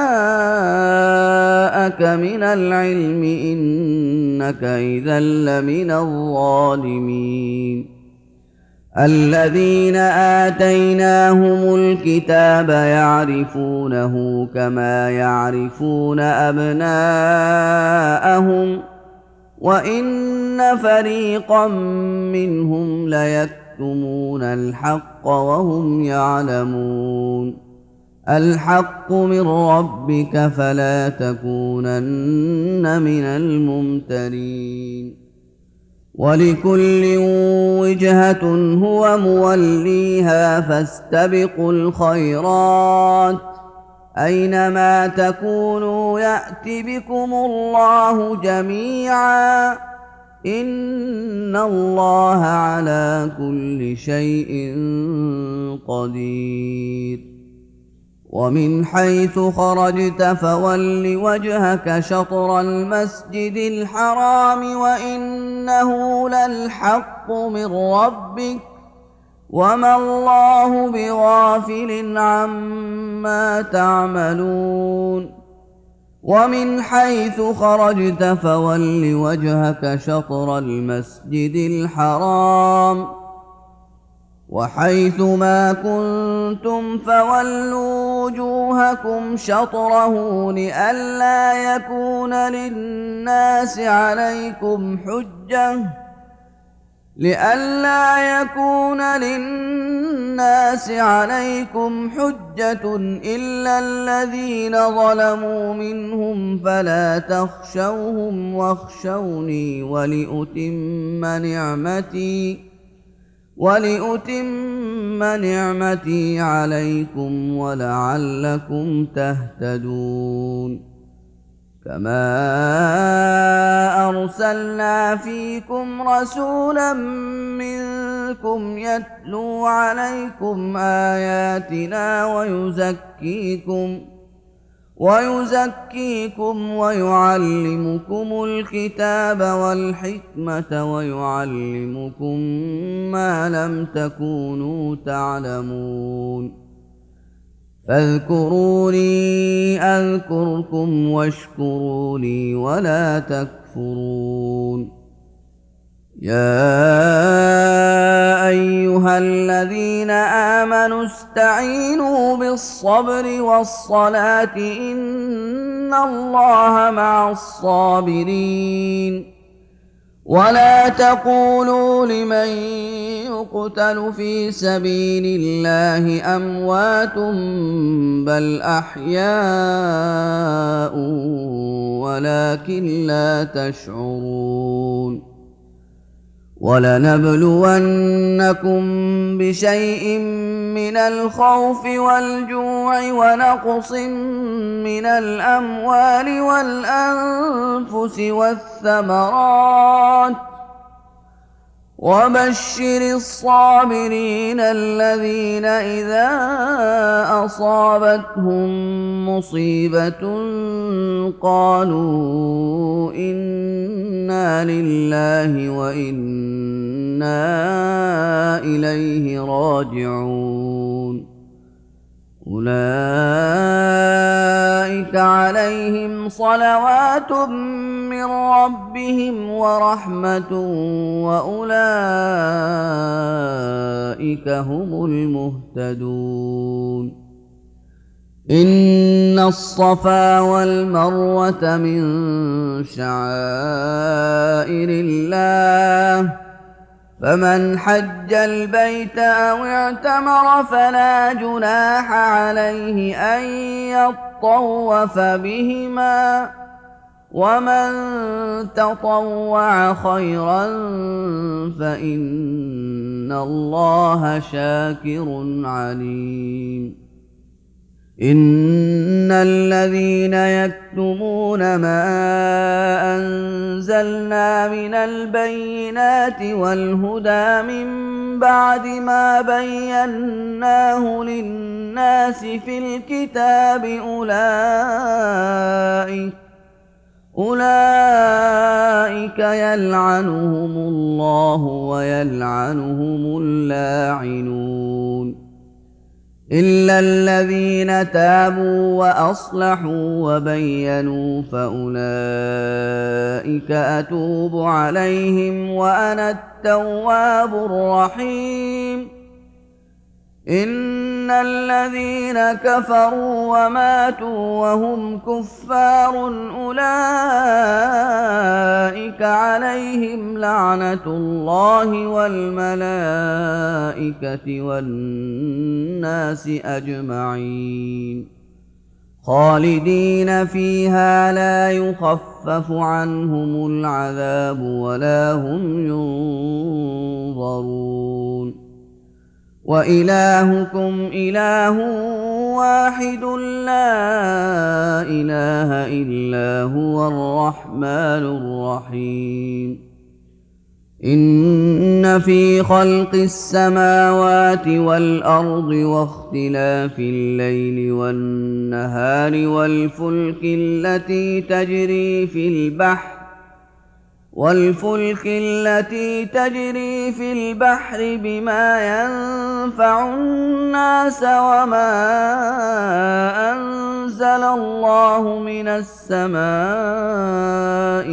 جاءك من العلم إنك إذا لمن الظالمين. الذين آتيناهم الكتاب يعرفونه كما يعرفون أبناءهم وإن فريقا منهم ليكتمون الحق وهم يعلمون. الحق من ربك فلا تكونن من الممترين. ولكل وجهة هو موليها فاستبقوا الخيرات أينما تكونوا يأت بكم الله جميعا إن الله على كل شيء قدير. ومن حيث خرجت فول وجهك شطر المسجد الحرام وإنه للحق من ربك وما الله بغافل عما تعملون. ومن حيث خرجت فول وجهك شطر المسجد الحرام وحيث ما كنتم فولوا وجوهكم شطره لئلا يكون للناس عليكم حجة إلا الذين ظلموا منهم فلا تخشوهم واخشوني ولأتم نعمتي عليكم ولعلكم تهتدون. كما أرسلنا فيكم رسولا منكم يتلو عليكم آياتنا ويزكيكم ويعلمكم الكتاب والحكمة ويعلمكم ما لم تكونوا تعلمون. فاذكروني أذكركم واشكروا لي ولا تكفرون. يا أيها الذين آمنوا استعينوا بالصبر والصلاة إن الله مع الصابرين. ولا تقولوا لمن يقتل في سبيل الله أموات بل أحياء ولكن لا تشعرون. ولنبلونكم بشيء من الخوف والجوع ونقص من الأموال والأنفس والثمرات وبشر الصابرين الذين إذا أصابتهم مصيبة قالوا إنا لله وإنا إليه راجعون. أولئك عليهم صلوات من ربهم ورحمة وأولئك هم المهتدون. إن الصفا والمروة من شعائر الله فمن حج البيت أو اعتمر فلا جناح عليه أن يطوف بهما ومن تطوع خيرا فإن الله شاكر عليم. إن الذين يكتمون ما أنزلنا من البينات والهدى من بعد ما بيناه للناس في الكتاب أولئك يلعنهم الله ويلعنهم اللاعنون. إلا الذين تابوا وأصلحوا وبينوا فأولئك أتوب عليهم وأنا التواب الرحيم. إن الذين كفروا وماتوا وهم كفار أولئك عليهم لعنة الله والملائكة والناس أجمعين خالدين فيها لا يخفف عنهم العذاب ولا هم ينظرون. وإلهكم إله واحد لا إله إلا هو الرحمن الرحيم. إن في خلق السماوات والأرض واختلاف الليل والنهار والفلك التي تجري في البحر بما ينفع الناس وما أنزل الله من السماء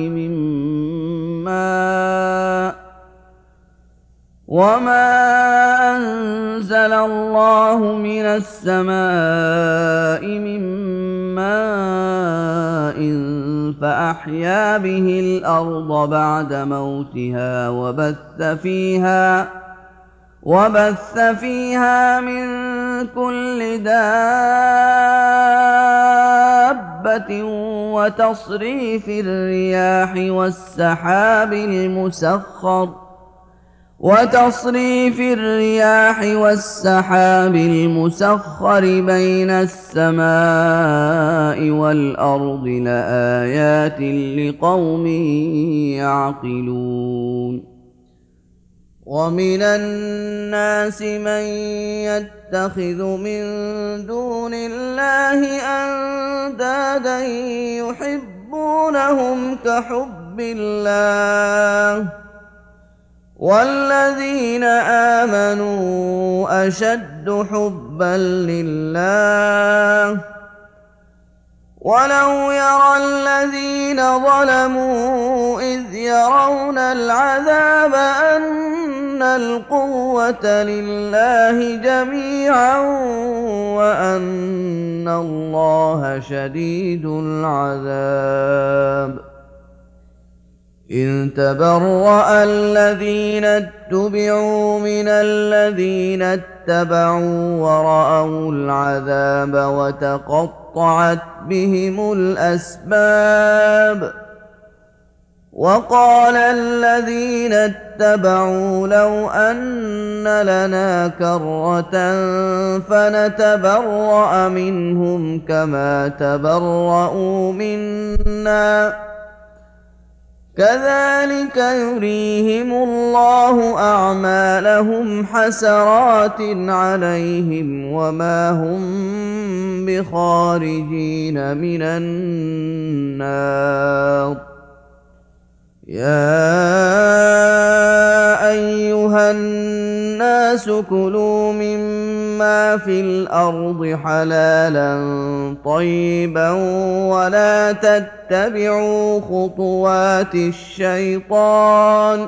من ماء فأحيا به الأرض بعد موتها وبث فيها من كل دابة وتصريف الرياح والسحاب المسخر بين السماء والأرض لآيات لقوم يعقلون. ومن الناس من يتخذ من دون الله أندادا يحبونهم كحب الله والذين آمنوا أشد حبا لله ولو يرى الذين ظلموا إذ يرون العذاب أن القوة لله جميعا وأن الله شديد العذاب. إذ تبرأ الذين اتبعوا من الذين اتبعوا ورأوا العذاب وتقطعت بهم الأسباب. وقال الذين اتبعوا لو أن لنا كرة فنتبرأ منهم كما تبرأوا منا كذلك يريهم الله أعمالهم حسرات عليهم وما هم بخارجين من النار. يا أيها الناس كلوا مما في الأرض حلالا طيبا ولا تتبعوا خطوات الشيطان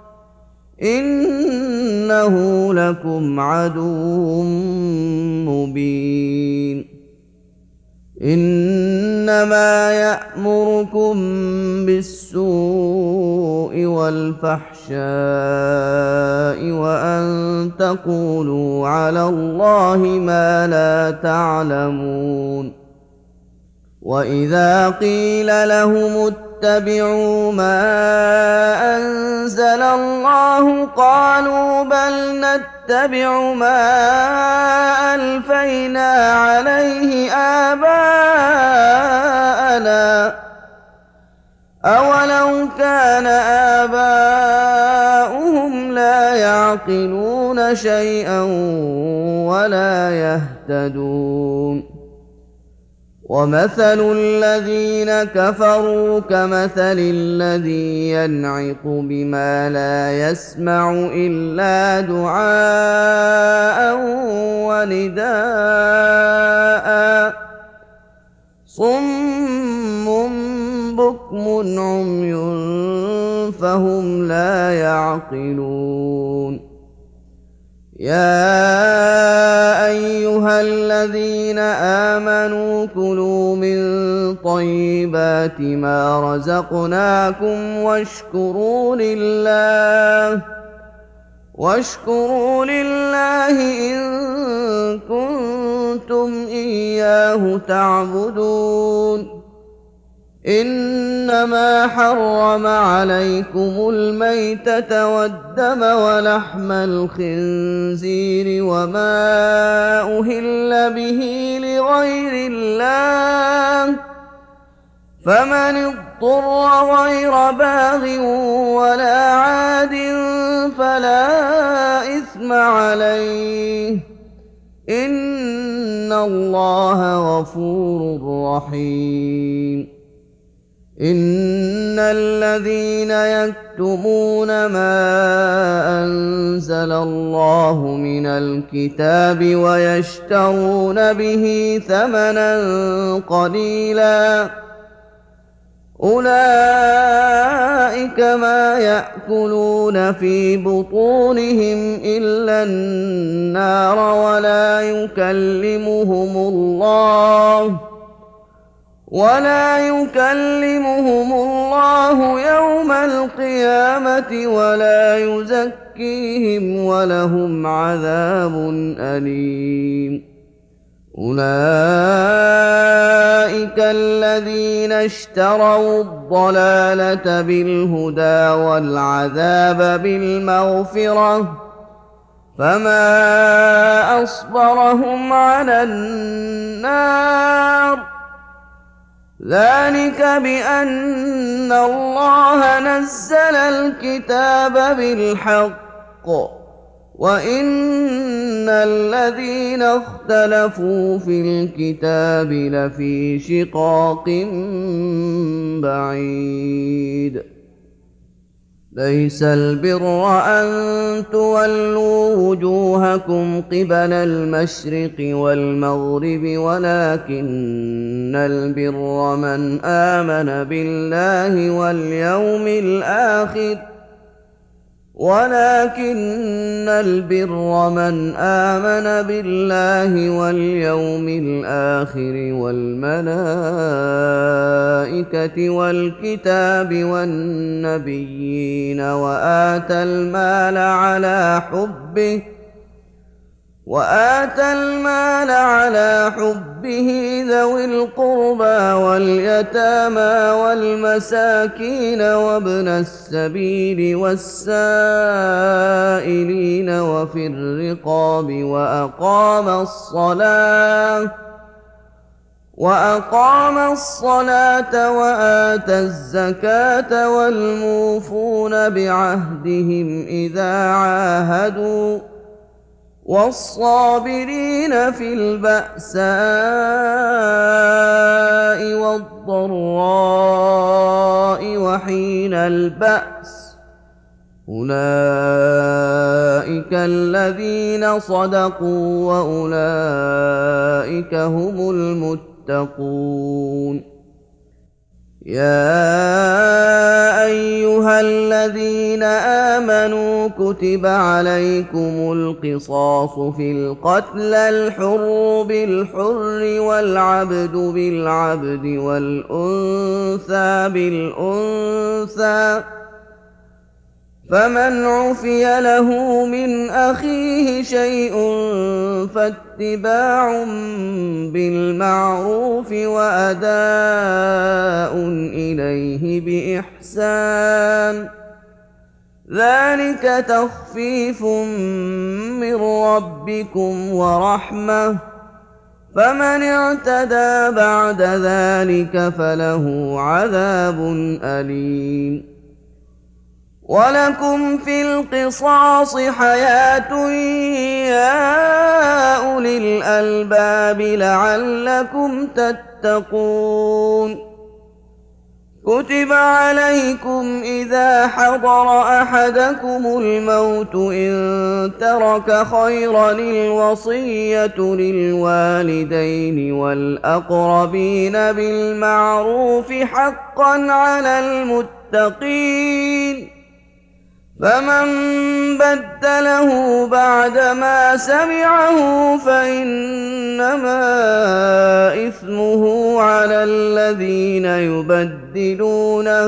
إنه لكم عدو مبين. إنما يأمركم بالسوء والفحشاء وأن تقولوا على الله ما لا تعلمون. وإذا قيل لهم اتبعوا ما أنزل الله قالوا بل نتبع ما ألفينا عليه آباءنا أولو كان آباؤهم لا يعقلون شيئا ولا يهتدون. ومثل الذين كفروا كمثل الذي ينعق بما لا يسمع إلا دعاء ونداء صم بكم عمي فهم لا يعقلون يا أيها الذين آمنوا كلوا من طيبات ما رزقناكم واشكروا لله إن كنتم إياه تعبدون إنما حرم عليكم الميتة والدم ولحم الخنزير وما أهل به لغير الله فمن اضطر غير باغ ولا عاد فلا إثم عليه إن الله غفور رحيم إن الذين يكتمون ما أنزل الله من الكتاب ويشترون به ثمنا قليلا أولئك ما يأكلون في بطونهم إلا النار ولا يكلمهم الله يوم القيامة ولا يزكيهم ولهم عذاب أليم أولئك الذين اشتروا الضلالة بالهدى والعذاب بالمغفرة فما أصبرهم على النار ذلك بأن الله نزل الكتاب بالحق وإن الذين اختلفوا في الكتاب لفي شقاق بعيد ليس البر أن تولوا وجوهكم قبل المشرق والمغرب ولكن البر من آمن بالله واليوم الآخر والملائكة والكتاب والنبيين وآتى المال على حبه ذوي القربى واليتامى والمساكين وابن السبيل والسائلين وفي الرقاب وأقام الصلاة وآتى الزكاة والموفون بعهدهم إذا عاهدوا والصابرين في البأساء والضراء وحين البأس أولئك الذين صدقوا وأولئك هم المتقون يا أيها الذين آمنوا كتب عليكم القصاص في القتلى الحر بالحر والعبد بالعبد والأنثى بالأنثى فمن عفي له من أخيه شيء فاتباع بالمعروف وأداء إليه بإحسان ذلك تخفيف من ربكم ورحمة فمن اعتدى بعد ذلك فله عذاب أليم ولكم في القصاص حياة يا أولي الألباب لعلكم تتقون تتقون كتب عليكم إذا حضر أحدكم الموت إن ترك خيرا الوصية للوالدين والأقربين بالمعروف حقا على المتقين فمن بدله بعدما سمعه فإنما إثمه على الذين يبدلونه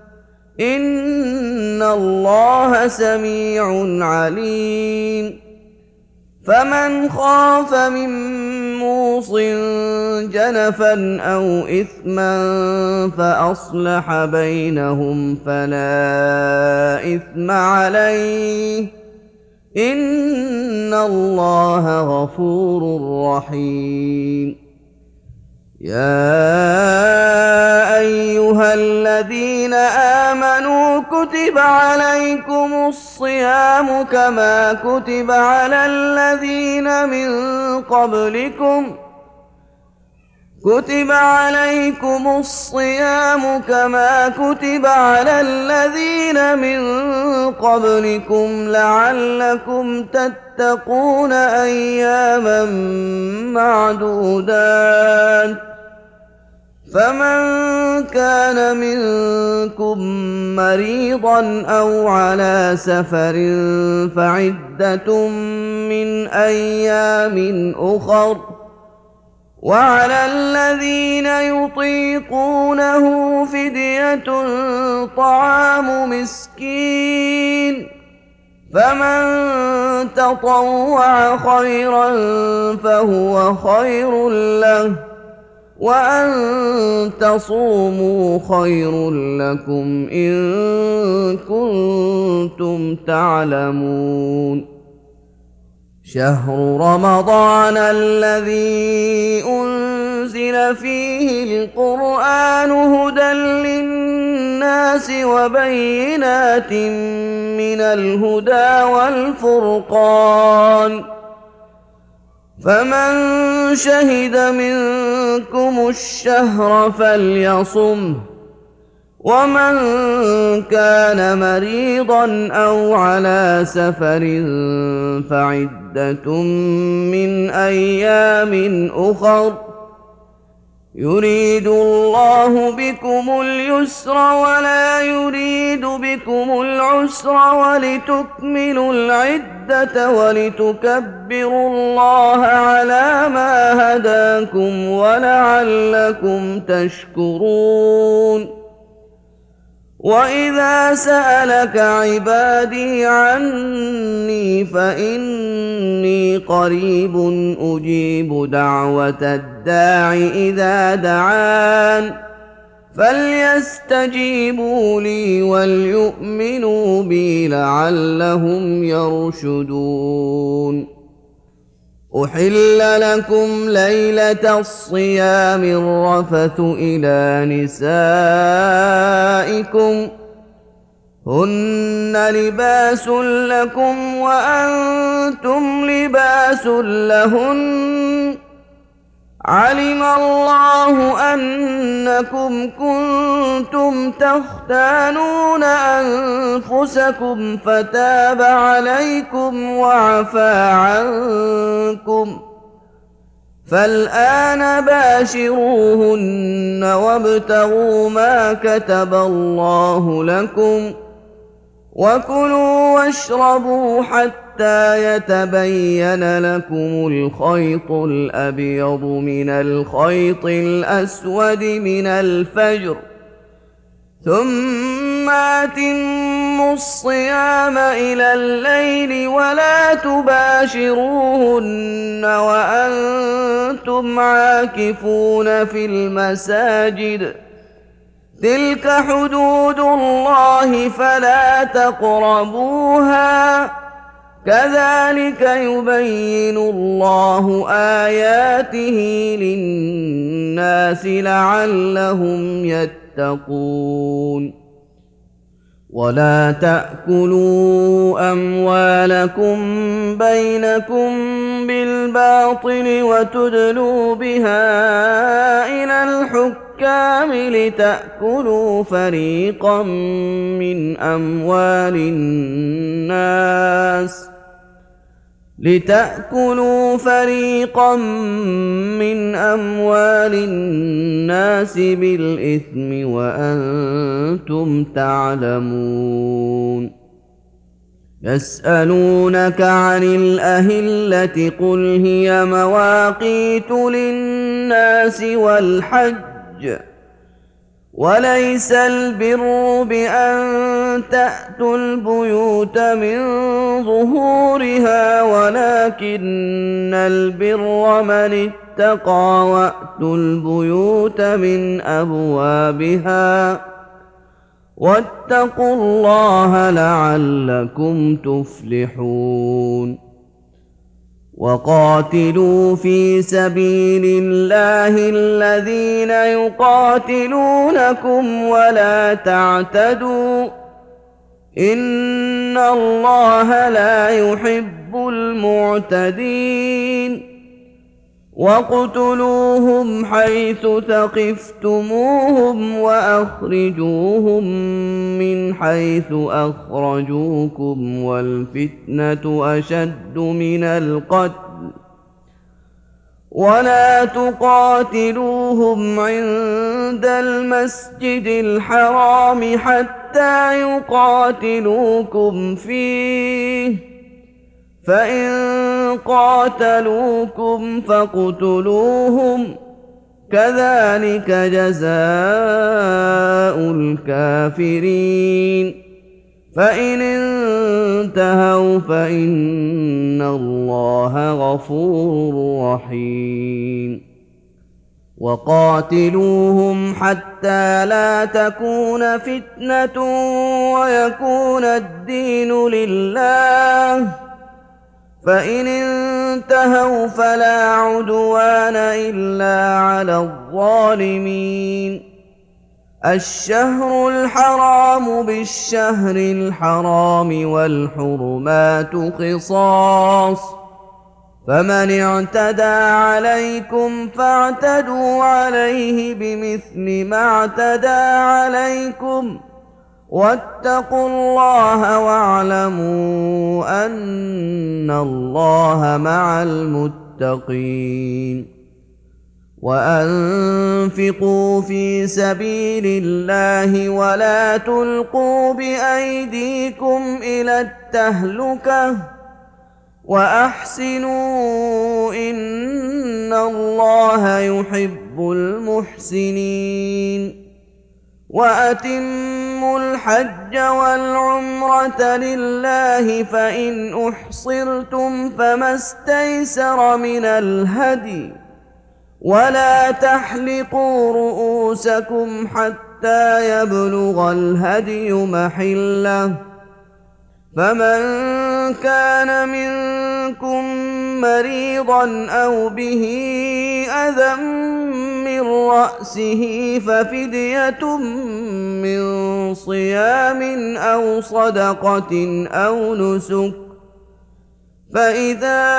إن الله سميع عليم فمن خاف من موص جنفا أو إثما فأصلح بينهم فلا إثم عليه إن الله غفور رحيم يا أيها الذين آمنوا كتب عليكم الصيام كما كتب على الذين من قبلكم لعلكم تتقون أياما معدودات فمن كان منكم مريضا أو على سفر فعدة من أيام أخر وعلى الذين يطيقونه فدية طعام مسكين فمن تطوع خيرا فهو خير له وأن تصوموا خير لكم إن كنتم تعلمون شهر رمضان الذي أنزل فيه القرآن هدى للناس وبينات من الهدى والفرقان فمن شهد منكم الشهر فليصمه ومن كان مريضا أو على سفر فعدة من أيام أخر يريد الله بكم اليسر ولا يريد بكم العسر ولتكملوا العدة ولتكبروا الله على ما هداكم ولعلكم تشكرون وإذا سألك عبادي عني فإني قريب أجيب دعوة الداع إذا دعان فليستجيبوا لي وليؤمنوا بي لعلهم يرشدون أحل لكم ليلة الصيام الرفث إلى نسائكم هن لباس لكم وأنتم لباس لهن علم الله أنكم كنتم تختانون أنفسكم فتاب عليكم وعفى عنكم فالآن باشروهن وابتغوا ما كتب الله لكم وكلوا واشربوا حتى يتبين لكم الخيط الأبيض من الخيط الأسود من الفجر ثم أتموا الصيام إلى الليل ولا تباشروهن وأنتم عاكفون في المساجد تلك حدود الله فلا تقربوها كذلك يبين الله آياته للناس لعلهم يتقون ولا تأكلوا أموالكم بينكم بالباطل وتدلوا بها إلى الحكام لتأكلوا فريقا من أموال الناس بالإثم وأنتم تعلمون. يسألونك عن الأهلة قل هي مواقيت للناس والحج وليس البر بأن تأتوا البيوت من ظهورها ولكن البر من اتقى وأتوا البيوت من أبوابها واتقوا الله لعلكم تفلحون. وقاتلوا في سبيل الله الذين يقاتلونكم ولا تعتدوا إن الله لا يحب المعتدين. واقتلوهم حيث ثقفتموهم وأخرجوهم من حيث أخرجوكم والفتنة أشد من القتل ولا تقاتلوهم عند المسجد الحرام حتى يقاتلوكم فيه فإن قاتلوكم فاقتلوهم كذلك جزاء الكافرين. فإن انتهوا فإن الله غفور رحيم. وقاتلوهم حتى لا تكون فتنة ويكون الدين لله فإن انتهوا فلا عدوان إلا على الظالمين. الشهر الحرام بالشهر الحرام والحرمات قصاص فمن اعتدى عليكم فاعتدوا عليه بمثل ما اعتدى عليكم واتقوا الله واعلموا أن الله مع المتقين. وأنفقوا في سبيل الله ولا تلقوا بأيديكم إلى التهلكة وأحسنوا إن الله يحب المحسنين. وأتموا الحج والعمرة لله فإن أحصرتم فما استيسر من الهدي ولا تحلقوا رؤوسكم حتى يبلغ الهدي محله فمن كان منكم مريضا أو به أذى من رأسه ففدية من صيام أو صدقة أو نسك فإذا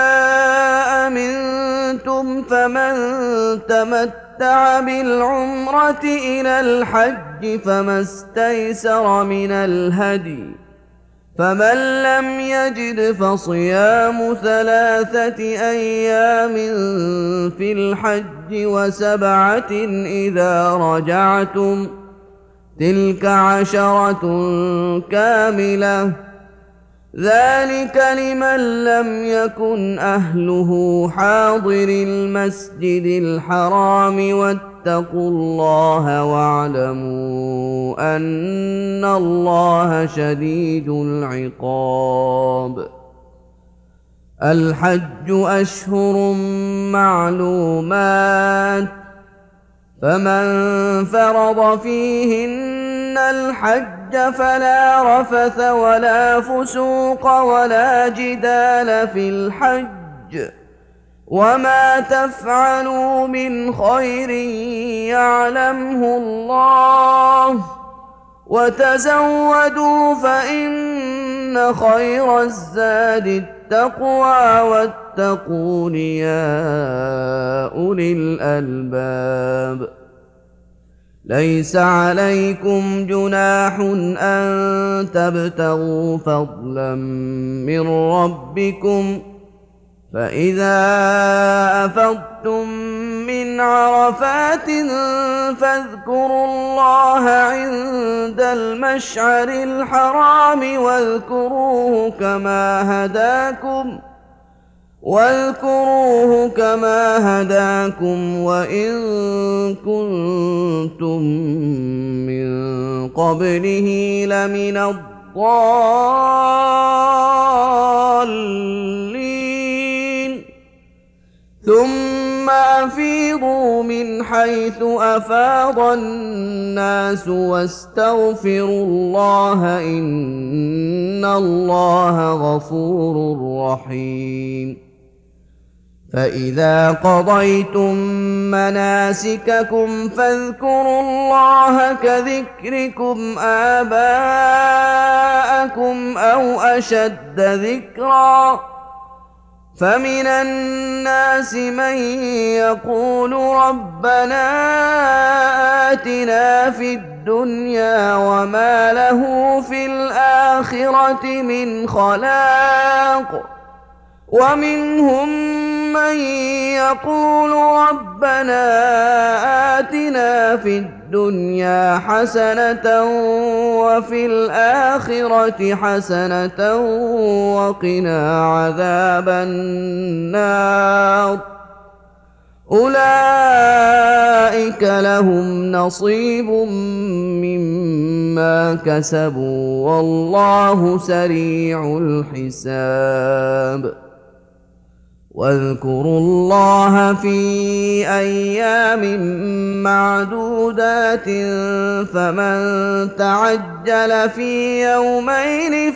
أمنتم فمن تمتع بالعمرة إلى الحج فما استيسر من الهدي فمن لم يجد فصيام 3 أيام في الحج و7 إذا رجعتم تلك 10 كاملة ذلك لمن لم يكن أهله حاضر المسجد الحرام واتقوا الله واعلموا أن الله شديد العقاب. الحج أشهر معلومات فمن فرض فيهن الحج فلا رفث ولا فسوق ولا جدال في الحج وما تفعلوا من خير يعلمه الله وتزودوا فإن خير الزاد التقوى واتقون يا أولي الألباب ليس عليكم جناح أن تبتغوا فضلا من ربكم فإذا أفضتم من عرفات فاذكروا الله عند المشعر الحرام واذكروه كما هداكم وإن كنتم من قبله لمن الضالين ثم أفيضوا من حيث أفاض الناس واستغفروا الله إن الله غفور رحيم فإذا قضيتم مناسككم فاذكروا الله كذكركم آباءكم أو أشد ذكرا فمن الناس من يقول ربنا آتنا في الدنيا وما له في الآخرة من خلاق ومنهم من يقول ربنا آتنا في الدنيا حسنة وفي الآخرة حسنة وقنا عذاب النار أولئك لهم نصيب مما كسبوا والله سريع الحساب واذكروا الله في أيام معدودات فمن تعجل في يومين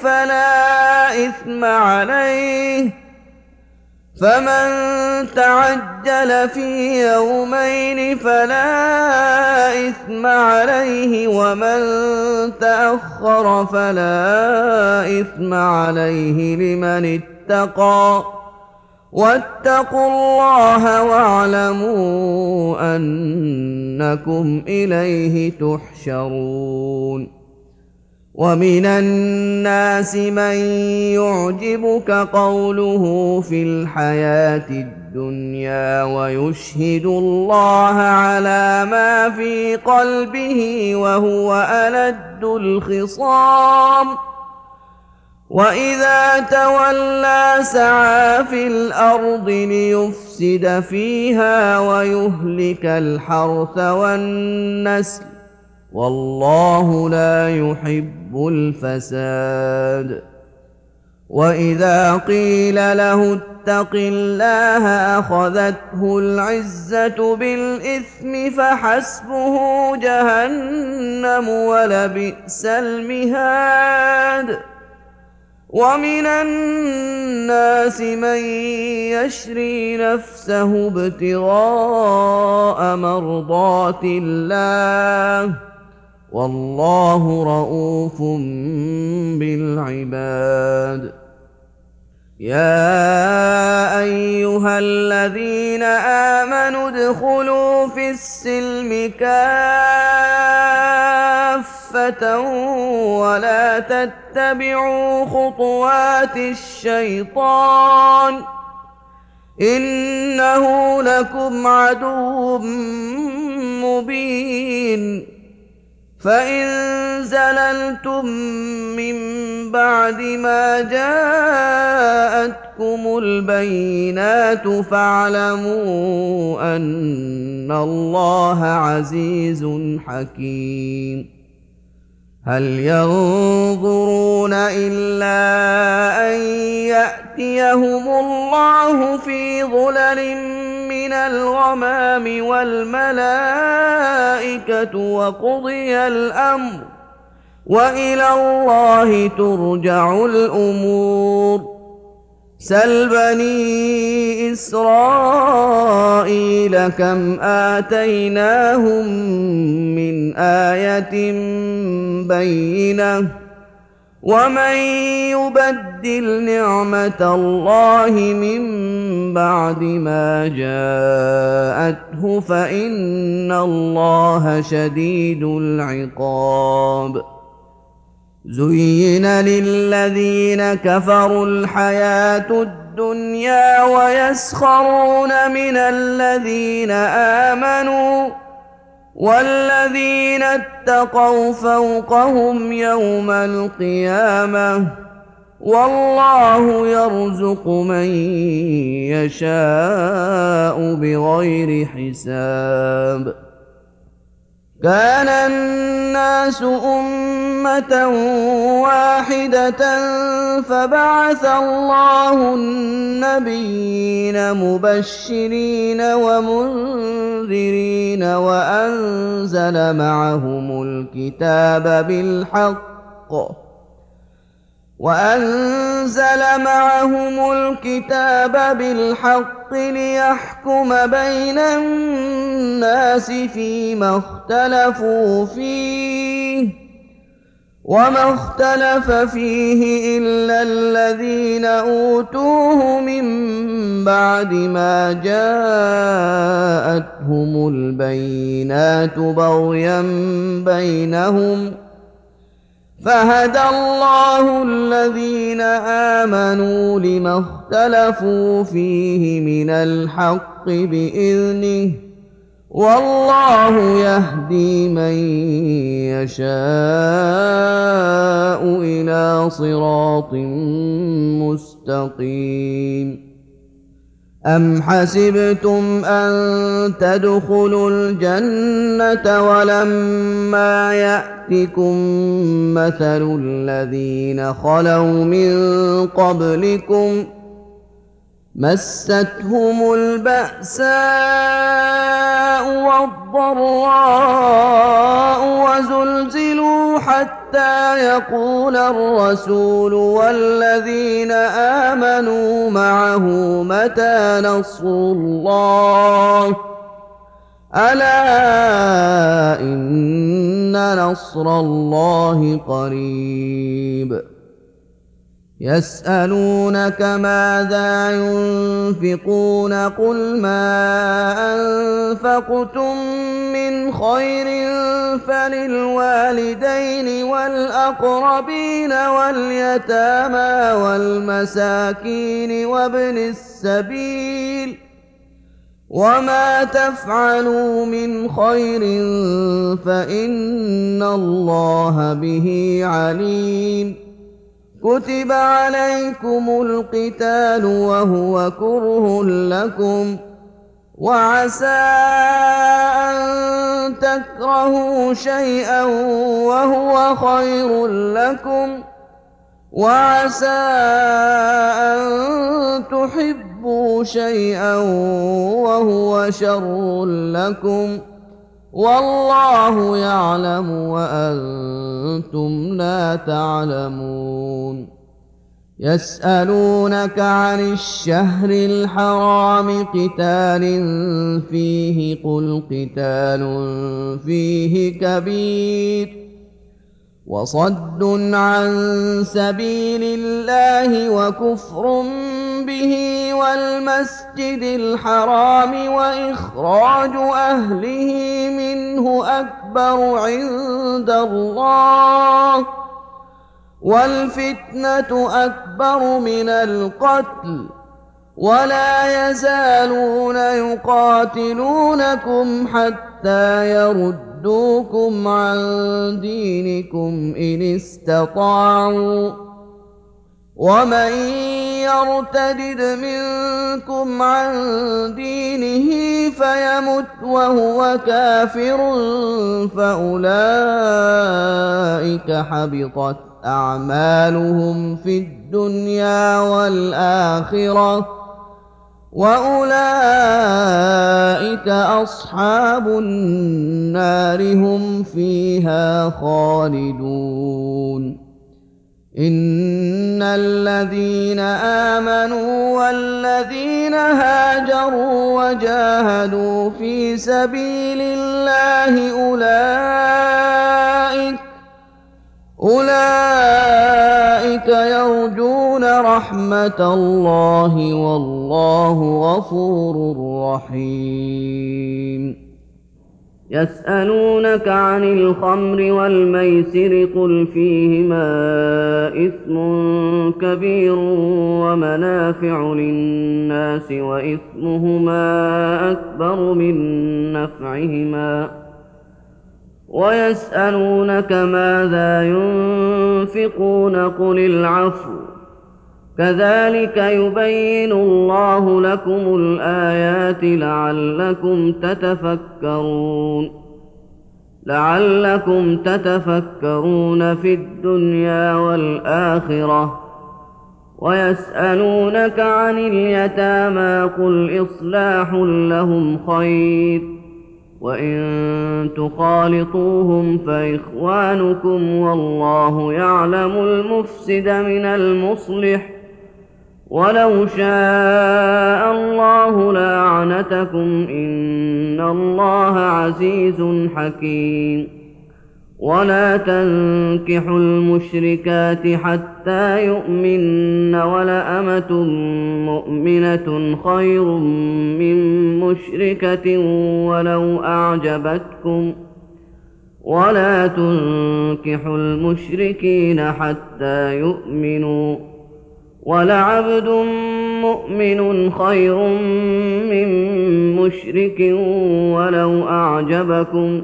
فلا إثم عليه ومن تأخر فلا إثم عليه لمن اتقى واتقوا الله واعلموا أنكم إليه تحشرون ومن الناس من يعجبك قوله في الحياة الدنيا ويشهد الله على ما في قلبه وهو ألد الخصام وإذا تولى سعى في الأرض ليفسد فيها ويهلك الحرث والنسل والله لا يحب الفساد وإذا قيل له اتق الله أخذته العزة بالإثم فحسبه جهنم ولبئس المهاد ومن الناس من يشري نفسه ابتغاء مرضات الله والله رؤوف بالعباد يا أيها الذين آمنوا ادخلوا في السلم كافة ولا تتبعوا خطوات الشيطان إنه لكم عدو مبين فإن زللتم من بعد ما جاءتكم البينات فاعلموا أن الله عزيز حكيم هل ينظرون إلا أن يأتيهم الله في ظلل من الغمام والملائكة وقضي الأمر وإلى الله ترجع الأمور سل بني إسرائيل كم آتيناهم من آية بينة ومن يبدل نعمة الله من بعد ما جاءته فإن الله شديد العقاب زين للذين كفروا الحياة الدنيا ويسخرون من الذين آمنوا والذين اتقوا فوقهم يوم القيامة والله يرزق من يشاء بغير حساب كان الناس أمة واحدة فبعث الله النبيين مبشرين ومنذرين وأنزل معهم الكتاب بالحق ليحكم بين الناس فيما اختلفوا فيه وما اختلف فيه إلا الذين أوتوه من بعد ما جاءتهم البينات بغيا بينهم فهدى الله الذين آمنوا لما اختلفوا فيه من الحق بإذنه والله يهدي من يشاء إلى صراط مستقيم أم حسبتم أن تدخلوا الجنة ولما يأتكم مثل الذين خلوا من قبلكم مستهم البأساء والضراء وزلزلوا حتى يقول الرسول والذين آمنوا معه متى نصر الله ألا إن نصر الله قريب يسألونك ماذا ينفقون قل ما أنفقتم من خير فللوالدين والأقربين واليتامى والمساكين وابن السبيل وما تفعلوا من خير فإن الله به عليم كتب عليكم القتال وهو كره لكم وعسى أن تكرهوا شيئا وهو خير لكم وعسى أن تحبوا شيئا وهو شر لكم والله يعلم وأنتم لا تعلمون يسألونك عن الشهر الحرام قتال فيه قل قتال فيه كبير وصد عن سبيل الله وكفر به والمسجد الحرام وإخراج أهله منه أكبر عند الله والفتنة أكبر من القتل ولا يزالون يقاتلونكم حتى يردوكم عن دينكم إن استطاعوا ومن يرتدد منكم عن دينه فيمت وهو كافر فأولئك حبطت أعمالهم في الدنيا والآخرة وأولئك أصحاب النار هم فيها خالدون إن الذين آمنوا والذين هاجروا وجاهدوا في سبيل الله أولئك يرجون رحمة الله والله غفور رحيم. يسألونك عن الخمر والميسر قل فيهما إثم كبير ومنافع للناس وإثمهما أكبر من نفعهما ويسألونك ماذا ينفقون قل العفو كذلك يبين الله لكم الآيات لعلكم تتفكرون في الدنيا والآخرة. ويسألونك عن اليتامى قل إصلاح لهم خير وإن تخالطوهم فإخوانكم والله يعلم المفسد من المصلح ولو شاء الله لأعنتكم إن الله عزيز حكيم. ولا تنكحوا المشركات حتى يؤمن ولأمة مؤمنة خير من مشركة ولو أعجبتكم ولا تنكحوا المشركين حتى يؤمنوا ولعبد مؤمن خير من مشرك ولو أعجبكم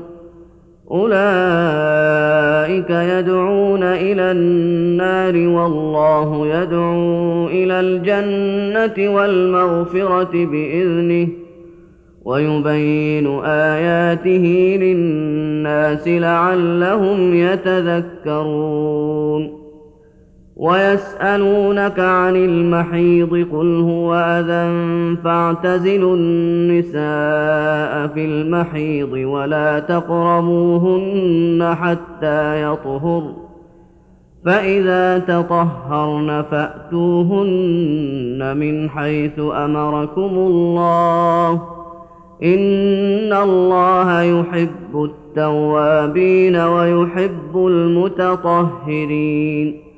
أولئك يدعون إلى النار والله يدعو إلى الجنة والمغفرة بإذنه ويبين آياته للناس لعلهم يتذكرون. ويسألونك عن المحيض قل هو أذى فاعتزلوا النساء في المحيض ولا تقربوهن حتى يطهرن فإذا تطهرن فأتوهن من حيث أمركم الله إن الله يحب التوابين ويحب المتطهرين.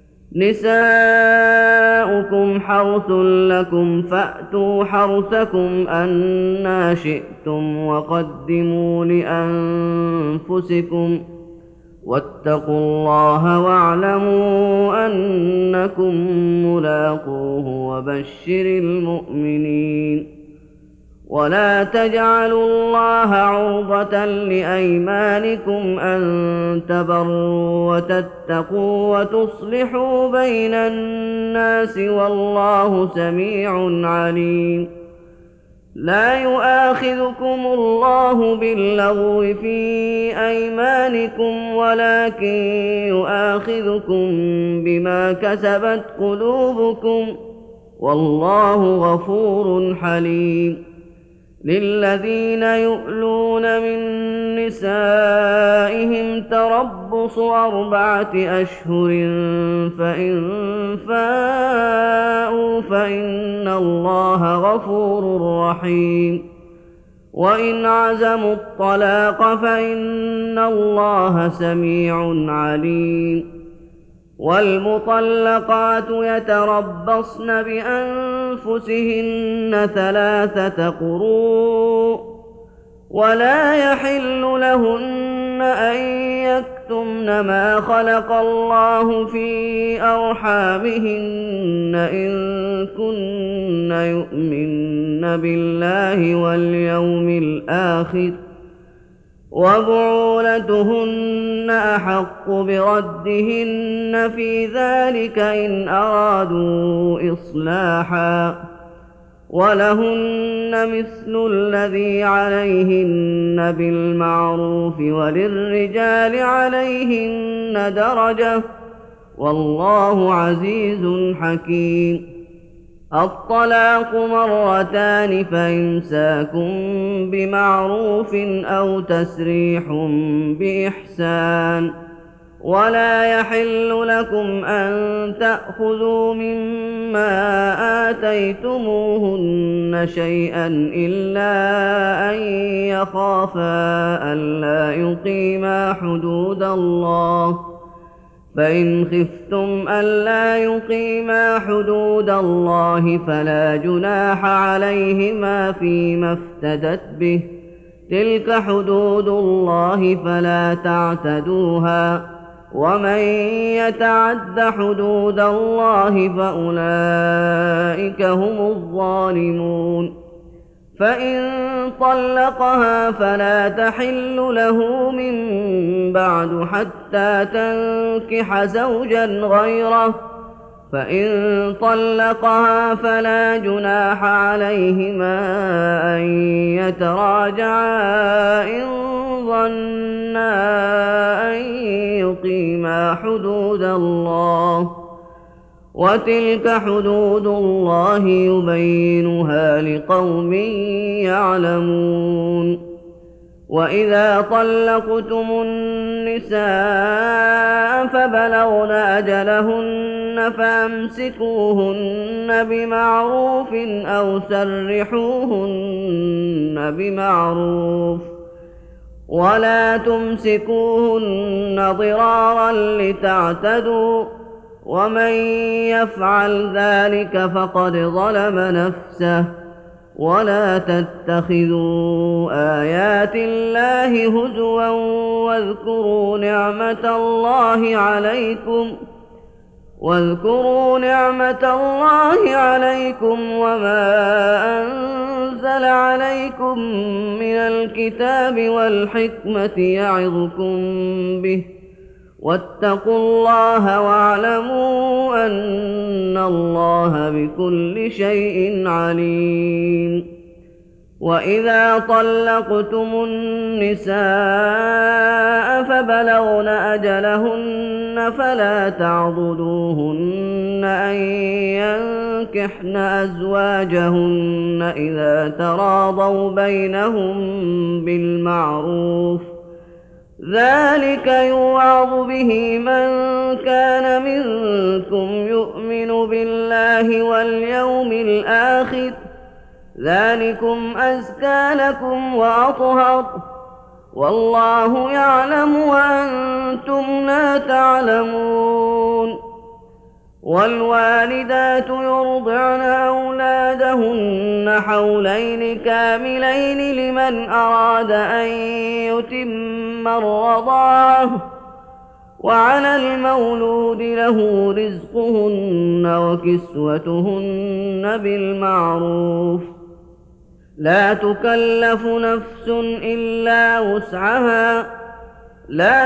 نساؤكم حرث لكم فأتوا حرثكم أنى شئتم وقدموا لأنفسكم واتقوا الله واعلموا أنكم ملاقوه وبشر المؤمنين. ولا تجعلوا الله عرضة لأيمانكم أن تبروا وتتقوا وتصلحوا بين الناس والله سميع عليم. لا يؤاخذكم الله باللغو في أيمانكم ولكن يؤاخذكم بما كسبت قلوبكم والله غفور حليم. للذين يؤلون من نسائهم تربص 4 أشهر فإن فاءوا فإن الله غفور رحيم. وإن عزموا الطلاق فإن الله سميع عليم. والمطلقات يتربصن بأنفسهن 3 قروء ولا يحل لهن أن يكتمن ما خلق الله في أرحامهن إن كن يؤمن بالله واليوم الآخر وبعولتهن أحق بردهن في ذلك إن أرادوا إصلاحا ولهن مثل الذي عليهن بالمعروف وللرجال عليهن درجة والله عزيز حكيم. الطلاق 2 فإمساك بمعروف أو تسريح بإحسان ولا يحل لكم أن تأخذوا مما آتيتموهن شيئا إلا أن يخافا ألا يقيما حدود الله، فإن خفتم ألا يقيما حدود الله فلا جناح عليهما فيما افتدت به، تلك حدود الله فلا تعتدوها، ومن يتعد حدود الله فأولئك هم الظالمون. فإن طلقها فلا تحل له من بعد حتى تنكح زوجا غيره، فإن طلقها فلا جناح عليهما أن يتراجعا إن ظنا أن يقيما حدود الله، وتلك حدود الله يبينها لقوم يعلمون. وإذا طلقتم النساء فبلغن أجلهن فأمسكوهن بمعروف أو سرحوهن بمعروف، ولا تمسكوهن ضرارا لتعتدوا، ومن يفعل ذلك فقد ظلم نفسه. ولا تتخذوا آيات الله هزوا واذكروا نعمة الله عليكم وما أنزل عليكم من الكتاب والحكمة يعظكم به، واتقوا الله واعلموا أن الله بكل شيء عليم. وإذا طلقتم النساء فبلغن أجلهن فلا تعضلوهن أن ينكحن أزواجهن إذا تراضوا بينهم بالمعروف، ذلك يوعظ به من كان منكم يؤمن بالله واليوم الآخر، ذلكم أزكى لكم وأطهر، والله يعلم وأنتم لا تعلمون. والوالدات يرضعن أولادهن حولين كاملين لمن أراد أن يتم الرضاعة، وعلى المولود له رزقهن وكسوتهن بالمعروف، لا تكلف نفس إلا وسعها، لا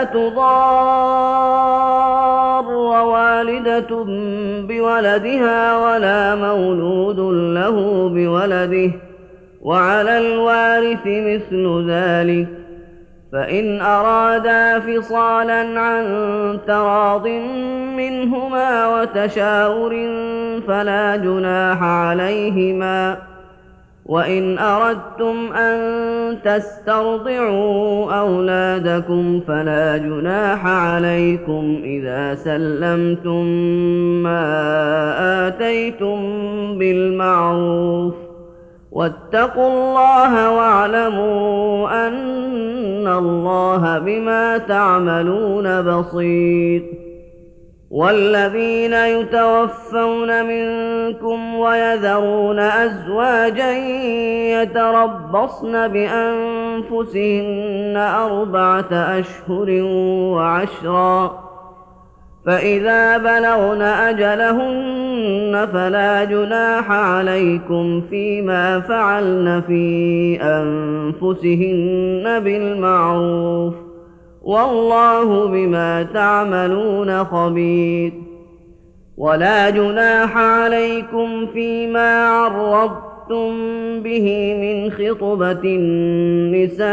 تضار والدة بولدها ولا مولود له بولده، وعلى الوارث مثل ذلك، فإن أرادا فصالا عن تراض منهما وتشاور فلا جناح عليهما. وإن أردتم أن تسترضعوا أولادكم فلا جناح عليكم إذا سلمتم ما آتيتم بالمعروف، واتقوا الله واعلموا أن الله بما تعملون بصير. والذين يتوفون منكم ويذرون أزواجا يتربصن بأنفسهن 4 أشهر وعشرا، فإذا بلغن أجلهن فلا جناح عليكم فيما فعلن في أنفسهن بالمعروف، والله بما تعملون خبير. ولا جناح عليكم فيما عرضتم به من خطبة النساء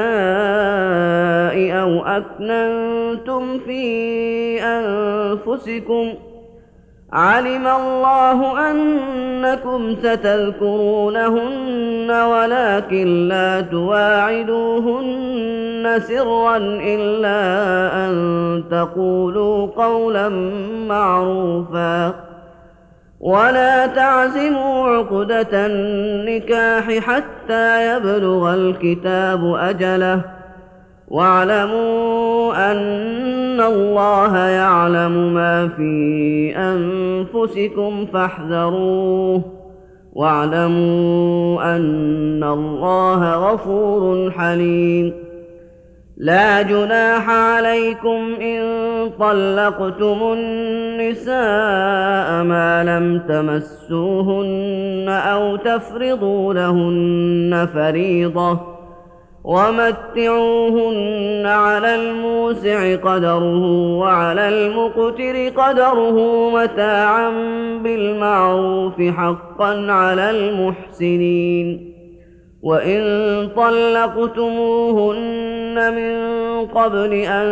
أو أكننتم في أنفسكم علم الله أنكم ستذكرونهن ولكن لا تواعدوهن سرا إلا أن تقولوا قولا معروفا ولا تعزموا عقدة النكاح حتى يبلغ الكتاب أجله واعلموا أن الله يعلم ما في أنفسكم فاحذروه واعلموا أن الله غفور حليم لا جناح عليكم إن طلقتم النساء ما لم تمسوهن أو تفرضوا لهن فريضة ومتعوهن على الموسع قدره وعلى المقتر قدره متاعا بالمعروف حقا على المحسنين وإن طلقتموهن من قبل أن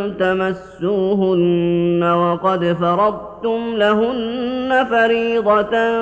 تمسوهن وقد فرضتم لهن فريضة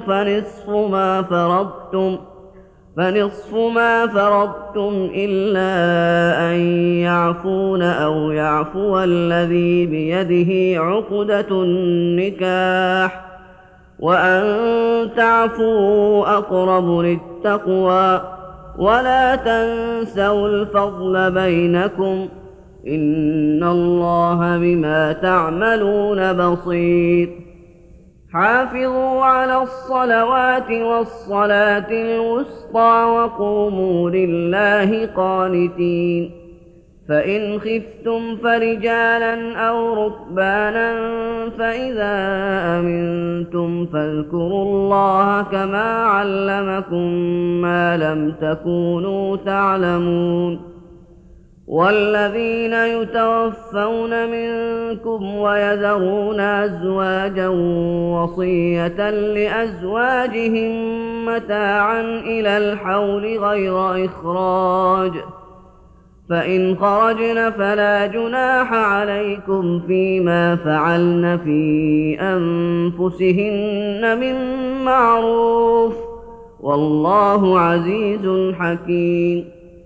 فنصف ما فرضتم إلا أن يعفون أو يعفو الذي بيده عقدة النكاح وأن تعفوا أقرب للتقوى ولا تنسوا الفضل بينكم إن الله بما تعملون بصير حافظوا على الصلوات والصلاة الوسطى وقوموا لله قانتين فإن خفتم فرجالا أو ركبانا فإذا أمنتم فاذكروا الله كما علمكم ما لم تكونوا تعلمون والذين يتوفون منكم ويذرون أزواجا وصية لأزواجهم متاعا إلى الحول غير إخراج فإن خرجن فلا جناح عليكم فيما فعلن في أنفسهن من معروف والله عزيز حكيم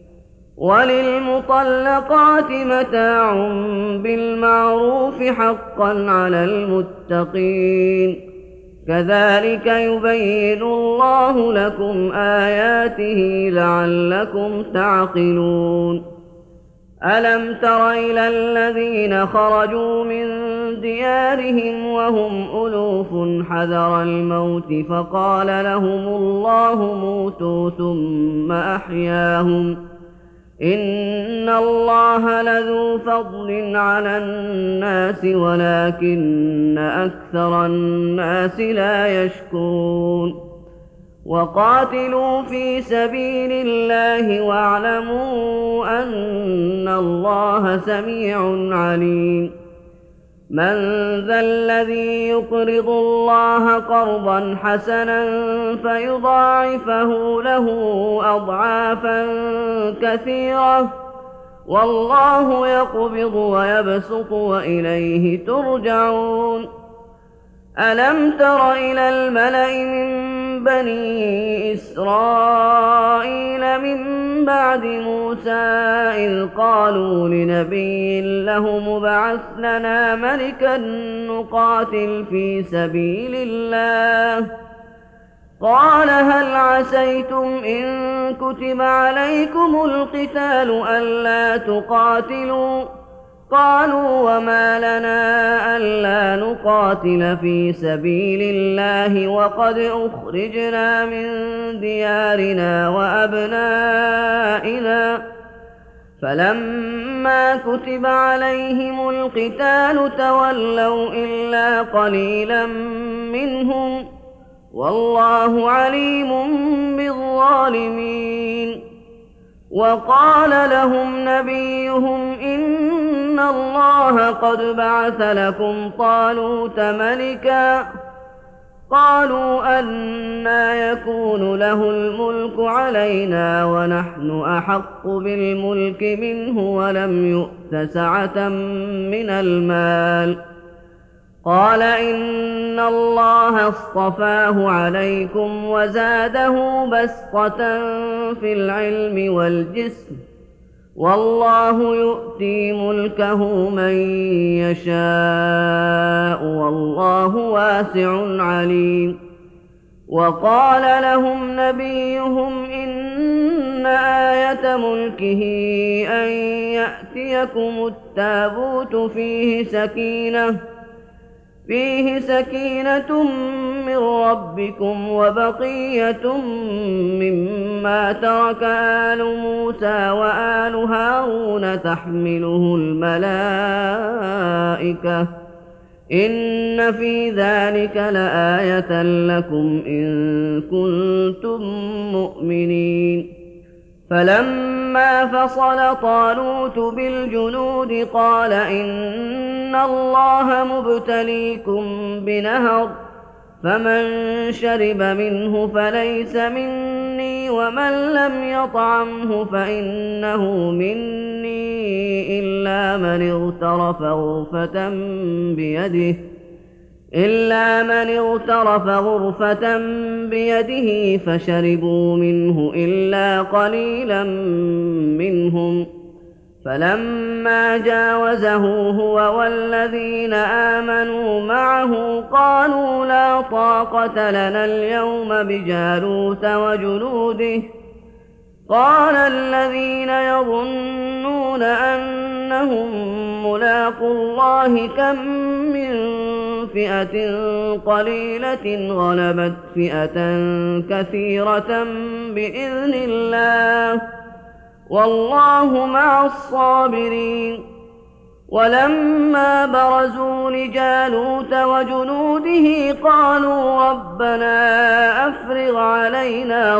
وللمطلقات متاع بالمعروف حقا على المتقين كذلك يبين الله لكم آياته لعلكم تعقلون ألم تر إلى الذين خرجوا من ديارهم وهم ألوف حذر الموت فقال لهم الله موتوا ثم أحياهم إن الله لذو فضل على الناس ولكن أكثر الناس لا يشكرون وقاتلوا في سبيل الله واعلموا أن الله سميع عليم من ذا الذي يقرض الله قرضا حسنا فيضاعفه له أضعافا كثيرة والله يقبض ويبسط وإليه ترجعون ألم تر إلى الملأ من بني إسرائيل من بعد موسى إذ قالوا لنبي له مبعث لنا ملكا نقاتل في سبيل الله قال هل عسيتم إن كتب عليكم القتال ألا تقاتلوا قالوا وما لنا ألا نقاتل في سبيل الله وقد أخرجنا من ديارنا وأبنائنا فلما كتب عليهم القتال تولوا إلا قليلا منهم والله عليم بالظالمين وقال لهم نبيهم إن الله قد بعث لكم طالوت ملكا قالوا أنى يكون له الملك علينا ونحن أحق بالملك منه ولم يؤت سعة من المال قال إن إن الله اصطفاه عليكم وزاده بسطة في العلم والجسم، والله يؤتي ملكه من يشاء والله واسع عليم. وقال لهم نبيهم إن آية ملكه أن يأتيكم التابوت فيه سكينة من ربكم وبقية مما ترك آل موسى وآل هارون تحمله الملائكة، إن في ذلك لآية لكم إن كنتم مؤمنين. فلما فصل طالوت بالجنود قال إن الله مبتليكم بنهر، فمن شرب منه فليس مني، ومن لم يطعمه فإنه مني إلا من اغترف غرفة بيده فشربوا منه إلا قليلا منهم. فلما جاوزه هو والذين آمنوا معه قالوا لا طاقة لنا اليوم بجالوت وجنوده. قال الذين يظنون أنهم ملاقو الله كم من فئة قليلة غلبت فئة كثيرة بإذن الله، والله مع الصابرين. ولما برزوا لجالوت وجنوده قالوا ربنا أفرغ علينا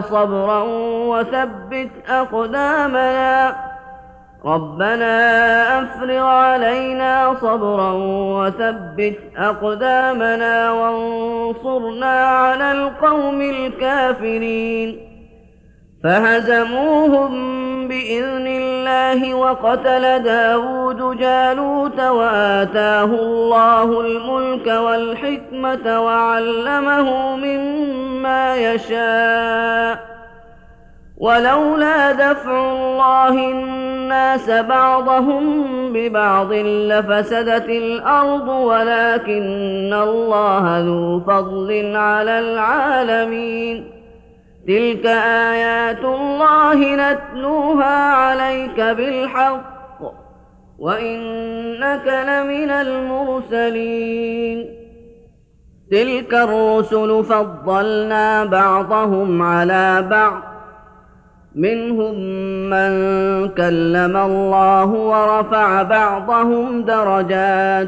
صبرا وثبت أقدامنا وانصرنا على القوم الكافرين. فهزموهم بإذن الله، وقتل داود جالوت وآتاه الله الملك والحكمة وعلمه مما يشاء. ولولا دفع الله الناس بعضهم ببعض لفسدت الأرض ولكن الله ذو فضل على العالمين. تلك آيات الله نتلوها عليك بالحق وإنك لمن المرسلين. تلك الرسل فضلنا بعضهم على بعض، منهم من كلم الله ورفع بعضهم درجات،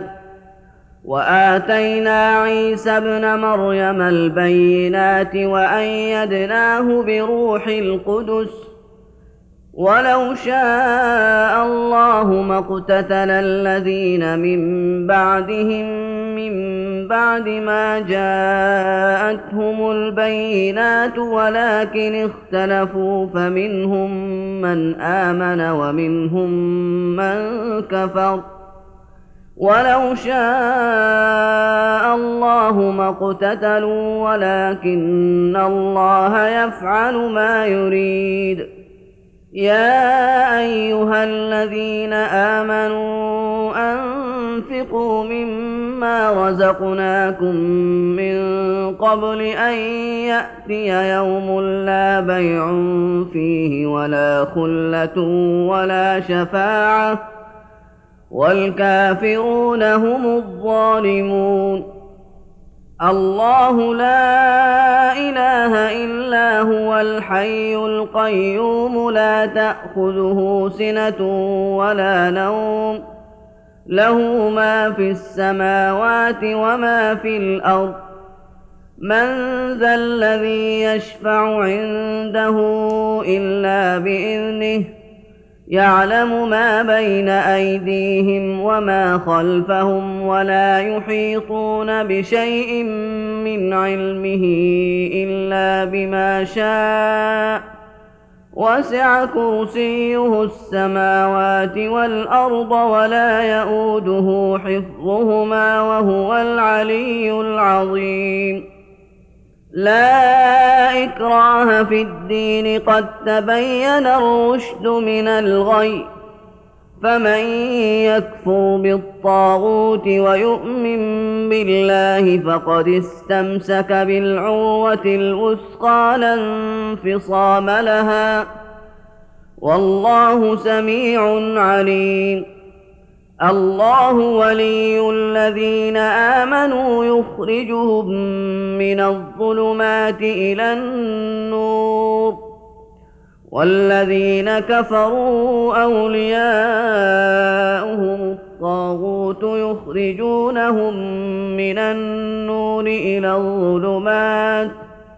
وآتينا عيسى ابن مريم البينات وأيدناه بروح القدس. ولو شاء الله ما اقتتل الذين من بعدهم من بعد ما جاءتهم البينات ولكن اختلفوا فمنهم من آمن ومنهم من كفر. ولو شاء الله ما اقتتلوا ولكن الله يفعل ما يريد. يا أيها الذين آمنوا أنفقوا مما رزقناكم من قبل أن يأتي يوم لا بيع فيه ولا خلة ولا شفاعة والكافرون هم الظالمون. الله لا إله إلا هو الحي القيوم لا تأخذه سنة ولا نوم، له ما في السماوات وما في الأرض. من ذا الذي يشفع عنده إلا بإذنه، يعلم ما بين أيديهم وما خلفهم ولا يحيطون بشيء من علمه إلا بما شاء، وسع كرسيه السماوات والأرض ولا يئوده حفظهما وهو العلي العظيم. لا إكراه في الدين قد تبين الرشد من الغي، فمن يكفر بالطاغوت ويؤمن بالله فقد استمسك بالعروة الوثقى لا انفصام لها، والله سميع عليم. الله ولي الذين آمنوا يخرجهم من الظلمات إلى النور، والذين كفروا أولياؤهم الطاغوت يخرجونهم من النور إلى الظلمات،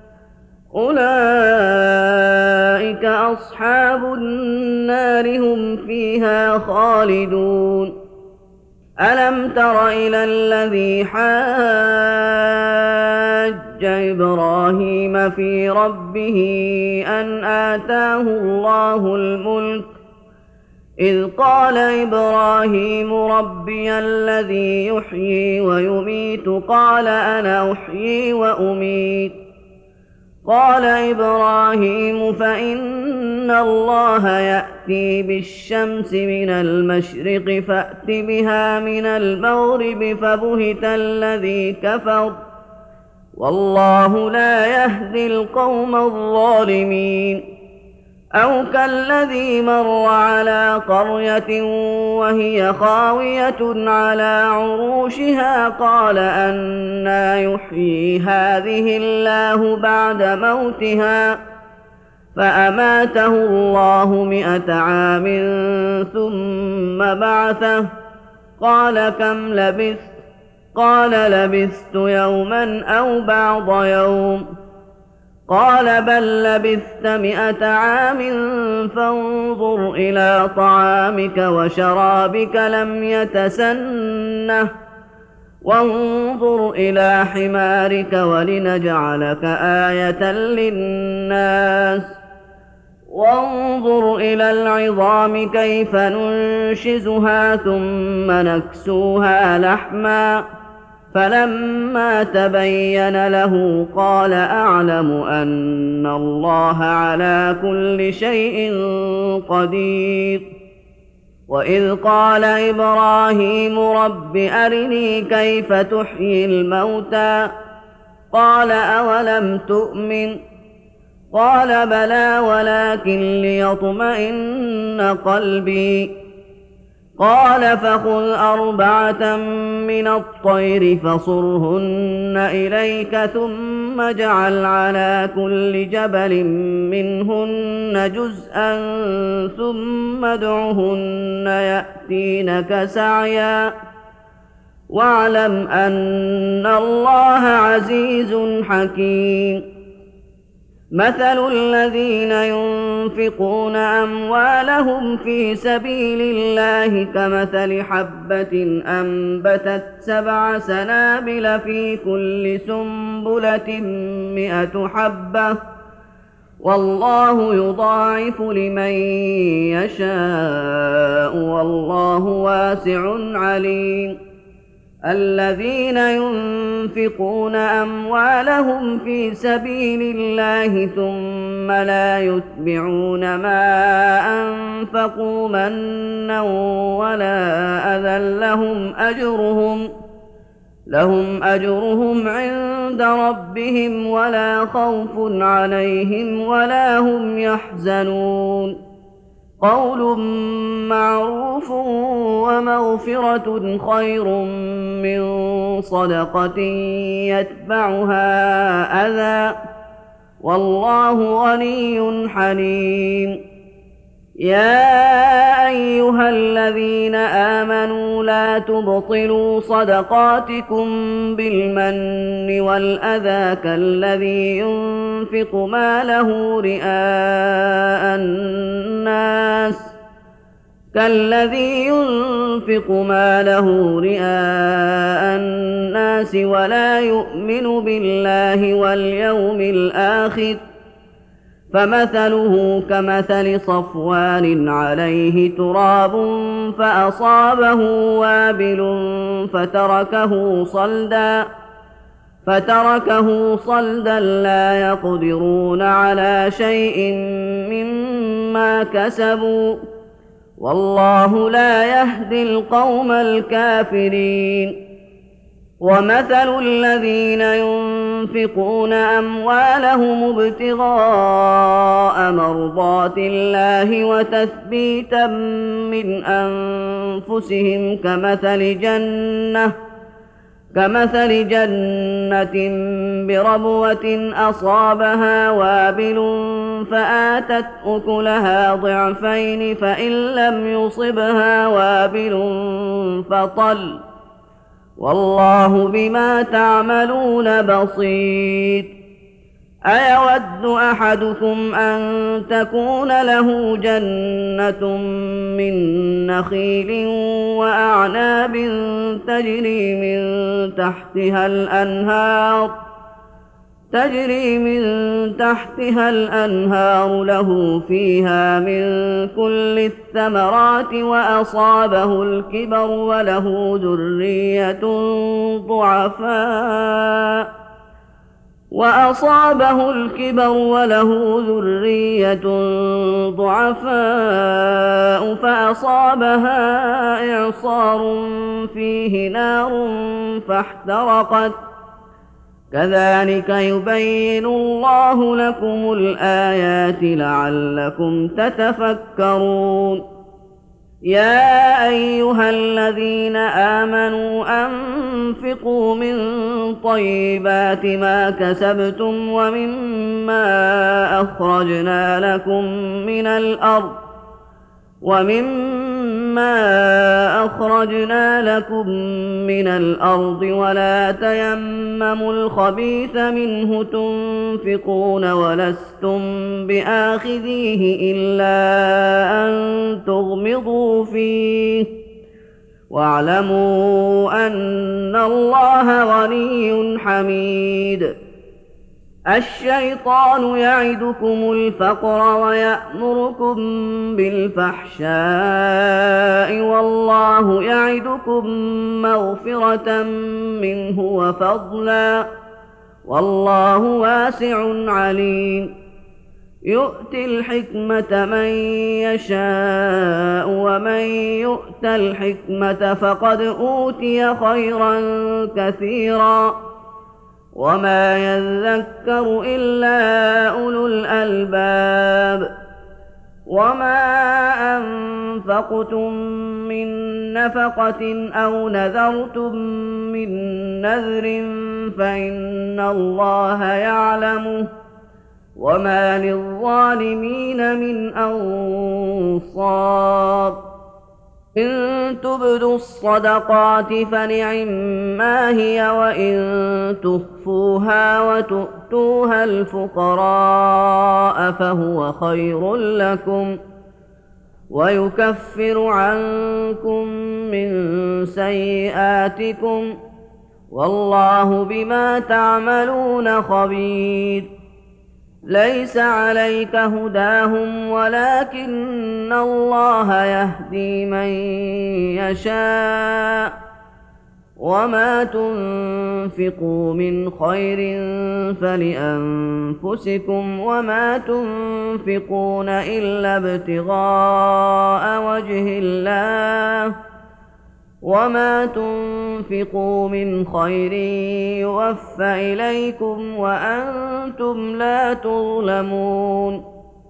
أولئك أصحاب النار هم فيها خالدون. ألم تر إلى الذي حاج إبراهيم في ربه أن آتاه الله الملك، إذ قال إبراهيم ربي الذي يحيي ويميت قال أنا أحيي وأميت، قال إبراهيم فإن الله يأتي بالشمس من المشرق فأت بها من المغرب، فبهت الذي كفر، والله لا يهدي القوم الظالمين. أو كالذي مر على قرية وهي خاوية على عروشها قال أنى يحيي هذه الله بعد موتها، فأماته الله 100 عام ثم بعثه، قال كم لبثت؟ قال لبثت يوما أو بعض يوم، قال بل لبثت 100 عام فانظر إلى طعامك وشرابك لم يتسنه، وانظر إلى حمارك ولنجعلك آية للناس، وانظر إلى العظام كيف ننشزها ثم نكسوها لحما، فلما تبين له قال أعلم أن الله على كل شيء قدير. وإذ قال إبراهيم رب أرني كيف تحيي الموتى، قال أولم تؤمن؟ قال بلى ولكن ليطمئن قلبي، قال فخذ 4 من الطير فصرهن إليك ثم اجعل على كل جبل منهن جزءا ثم ادعهن يأتينك سعيا، واعلم أن الله عزيز حكيم. مثل الذين ينفقون أموالهم في سبيل الله كمثل حبة أنبتت 7 سنابل في كل سنبلة 100 حبة، والله يضاعف لمن يشاء والله واسع عليم. الذين ينفقون أموالهم في سبيل الله ثم لا يتبعون ما أنفقوا منا ولا أذى لهم أجرهم عند ربهم ولا خوف عليهم ولا هم يحزنون. قول معروف ومغفرة خير من صدقة يتبعها أذى، والله غني حليم. يا أيها الذين آمنوا لا تبطلوا صدقاتكم بالمن والأذى كالذي ينفق ماله رئاء الناس ولا يؤمن بالله واليوم الآخر، فمثله كمثل صفوان عليه تراب فأصابه وابل فتركه صلدا لا يقدرون على شيء مما كسبوا والله لا يهدي القوم الكافرين ومثل الذين ينفقون أموالهم ابتغاء مرضات الله وتثبيتا من أنفسهم كمثل جنة بربوة أصابها وابل فآتت أكلها ضعفين فإن لم يصبها وابل فطل والله بما تعملون بصير أيود أحدكم أن تكون له جنة من نخيل وأعناب تجري من تحتها الأنهار له فيها من كل الثمرات وأصابه الكبر وله ذرية ضعفاء فأصابها إعصار فيه نار فاحترقت كذلك يبين الله لكم الآيات لعلكم تتفكرون يا أيها الذين آمنوا أنفقوا من طيبات ما كسبتم ومما أخرجنا لكم من الأرض ولا تيمموا الخبيث منه تنفقون ولستم بآخذيه إلا أن تغمضوا فيه واعلموا أن الله غني حميد الشيطان يعدكم الفقر ويأمركم بالفحشاء والله يعدكم مغفرة منه وفضلا والله واسع عليم يؤتي الحكمة من يشاء ومن يؤت الحكمة فقد أوتي خيرا كثيرا وما يذكر إلا أولو الألباب وما أنفقتم من نفقة أو نذرتم من نذر فإن الله يعلمه وما للظالمين من أنصار إن تبدوا الصدقات فنعما هي وإن تخفوها وتؤتوها الفقراء فهو خير لكم ويكفر عنكم من سيئاتكم والله بما تعملون خبير ليس عليك هداهم ولكن الله يهدي من يشاء وما تنفقوا من خير فلأنفسكم وما تنفقون إلا ابتغاء وجه الله وما تنفقوا من خير يوفى إليكم وأنتم لا تظلمون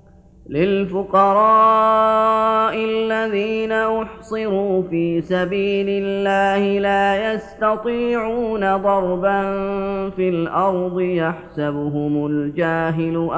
للفقراء الذين أحصروا في سبيل الله لا يستطيعون ضربا في الأرض يحسبهم الجاهل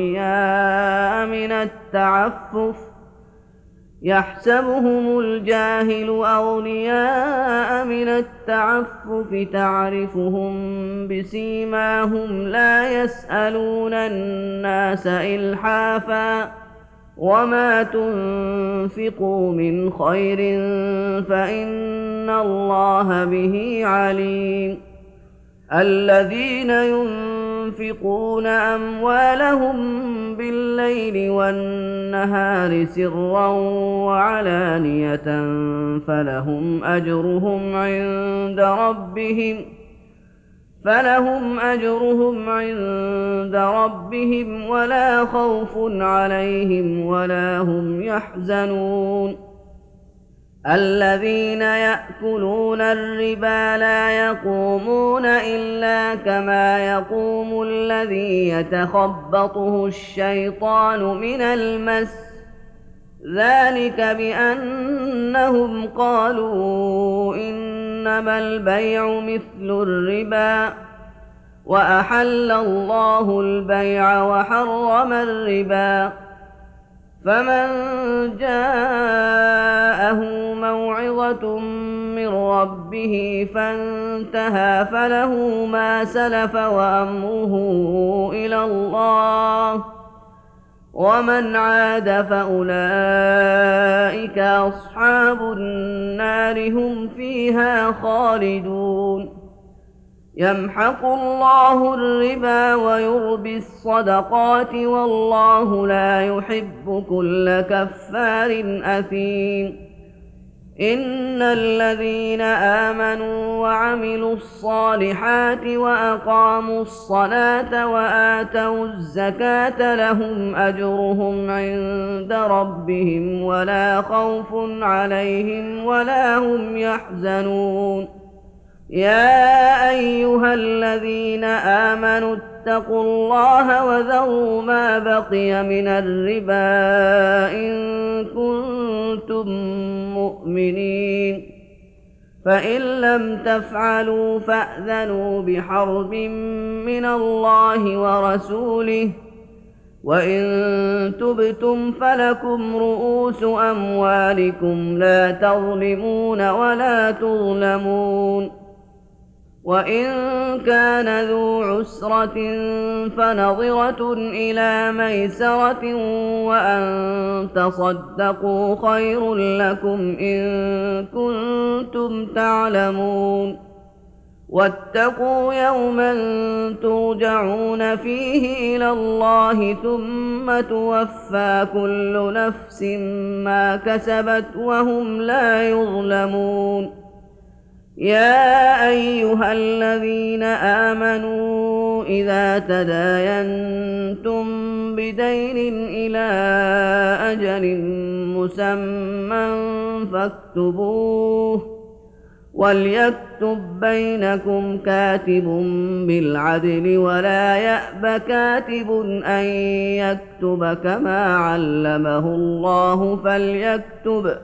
أغنياء من التعفف تعرفهم بسيماهم لا يسألون الناس إلحافا وما تنفقوا من خير فإن الله به عليم الذين ينفقون أموالهم بالليل والنهار سرا وعلانية فلهم أجرهم عند ربهم ولا خوف عليهم ولا هم يحزنون. الذين يأكلون الربا لا يقومون إلا كما يقوم الذي يتخبطه الشيطان من المس، ذلك بأنهم قالوا إنما البيع مثل الربا وأحل الله البيع وحرم الربا. فمن جاءه موعظة من ربه فانتهى فله ما سلف وأمره إلى الله، ومن عاد فأولئك أصحاب النار هم فيها خالدون. يمحق الله الربا ويربي الصدقات والله لا يحب كل كفار أثيم. إن الذين آمنوا وعملوا الصالحات وأقاموا الصلاة وآتوا الزكاة لهم أجرهم عند ربهم ولا خوف عليهم ولا هم يحزنون. يا أيها الذين آمنوا اتقوا الله وذروا ما بقي من الربا إن كنتم مؤمنين، فإن لم تفعلوا فأذنوا بحرب من الله ورسوله، وإن تبتم فلكم رؤوس أموالكم لا تظلمون ولا تظلمون. وإن كان ذو عسرة فنظرة إلى ميسرة وأن تصدقوا خير لكم إن كنتم تعلمون. واتقوا يوما ترجعون فيه إلى الله ثم توفى كل نفس ما كسبت وهم لا يظلمون. يا أيها الذين آمنوا إذا تداينتم بدين إلى أجل مسمى فاكتبوه، وليكتب بينكم كاتب بالعدل ولا يأب كاتب أن يكتب كما علمه الله فليكتب،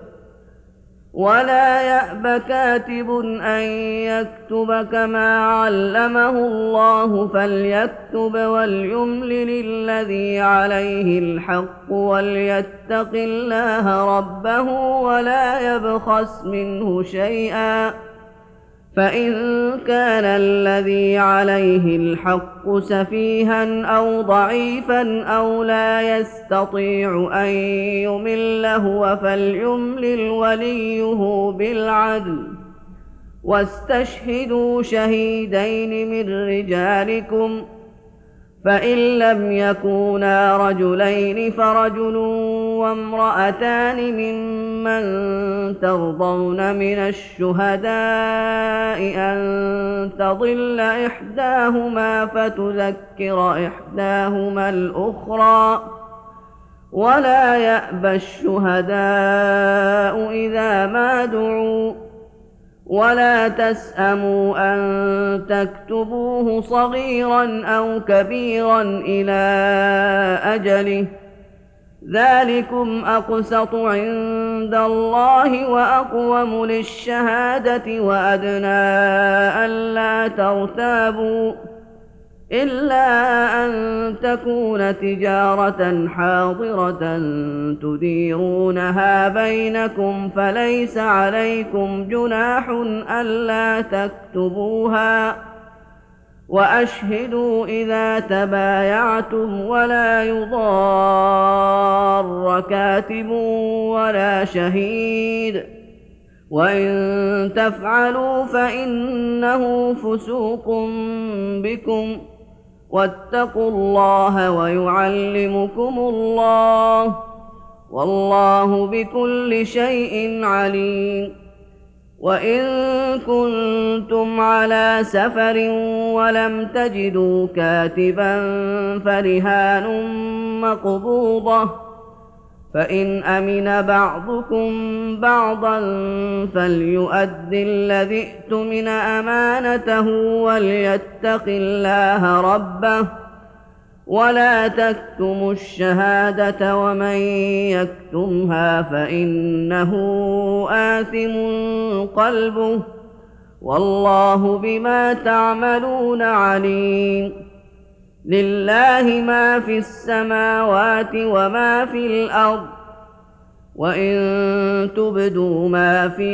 وليملل الذي عليه الحق وليتق الله ربه ولا يبخس منه شيئا، فإن كان الذي عليه الحق سفيها أو ضعيفا أو لا يستطيع أن يمل هو فليملل وليه بالعدل، واستشهدوا شهيدين من رجالكم، فإن لم يكونا رجلين فرجل وامرأتان ممن ترضون من الشهداء أن تضل إحداهما فتذكر إحداهما الأخرى، ولا يأبى الشهداء إذا ما دعوا، ولا تسأموا أن تكتبوه صغيرا أو كبيرا إلى أجله، ذلكم أقسط عند الله وأقوم للشهادة وأدنى ألا ترتابوا، إلا أن تكون تجارة حاضرة تديرونها بينكم فليس عليكم جناح ألا تكتبوها، وأشهدوا إذا تبايعتم ولا يضار كاتب ولا شهيد، وإن تفعلوا فإنه فسوق بكم، واتقوا الله ويعلمكم الله، والله بكل شيء عليم. وإن كنتم على سفر ولم تجدوا كاتبا فرهان مقبوضة، فإن أمن بعضكم بعضا فليؤد الذي ائتمن أمانته وليتق الله ربه، ولا تكتموا الشهادة ومن يكتمها فإنه آثم قلبه، والله بما تعملون عليم. لله ما في السماوات وما في الأرض، وإن تبدوا ما في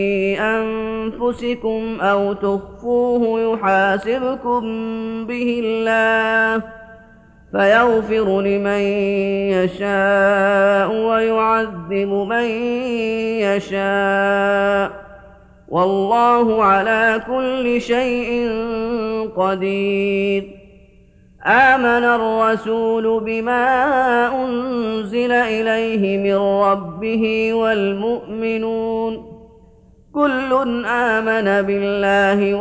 أنفسكم أو تخفوه يحاسبكم به الله، فيغفر لمن يشاء ويعذب من يشاء، والله على كل شيء قدير. آمن الرسول بما أنزل إليه من ربه والمؤمنون كل آمن بالله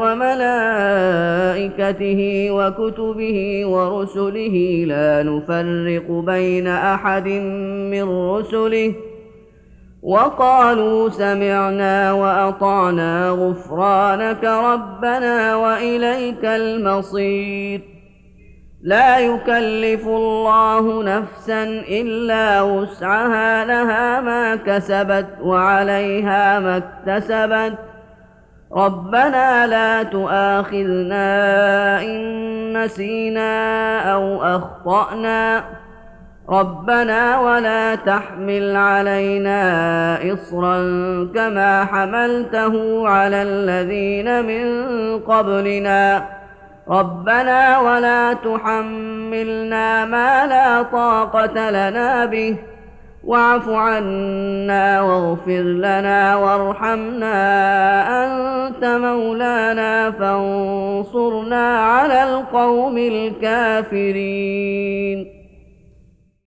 وملائكته وكتبه ورسله لا نفرق بين أحد من رسله، وقالوا سمعنا وأطعنا غفرانك ربنا وإليك المصير. لا يكلف الله نفسا إلا وسعها، لها ما كسبت وعليها ما اكتسبت. ربنا لا تؤاخذنا إن نسينا أو أخطأنا، ربنا ولا تحمل علينا إصرا كما حملته على الذين من قبلنا، ربنا ولا تحملنا ما لا طاقة لنا به، واعف عنا واغفر لنا وارحمنا، أنت مولانا فانصرنا على القوم الكافرين.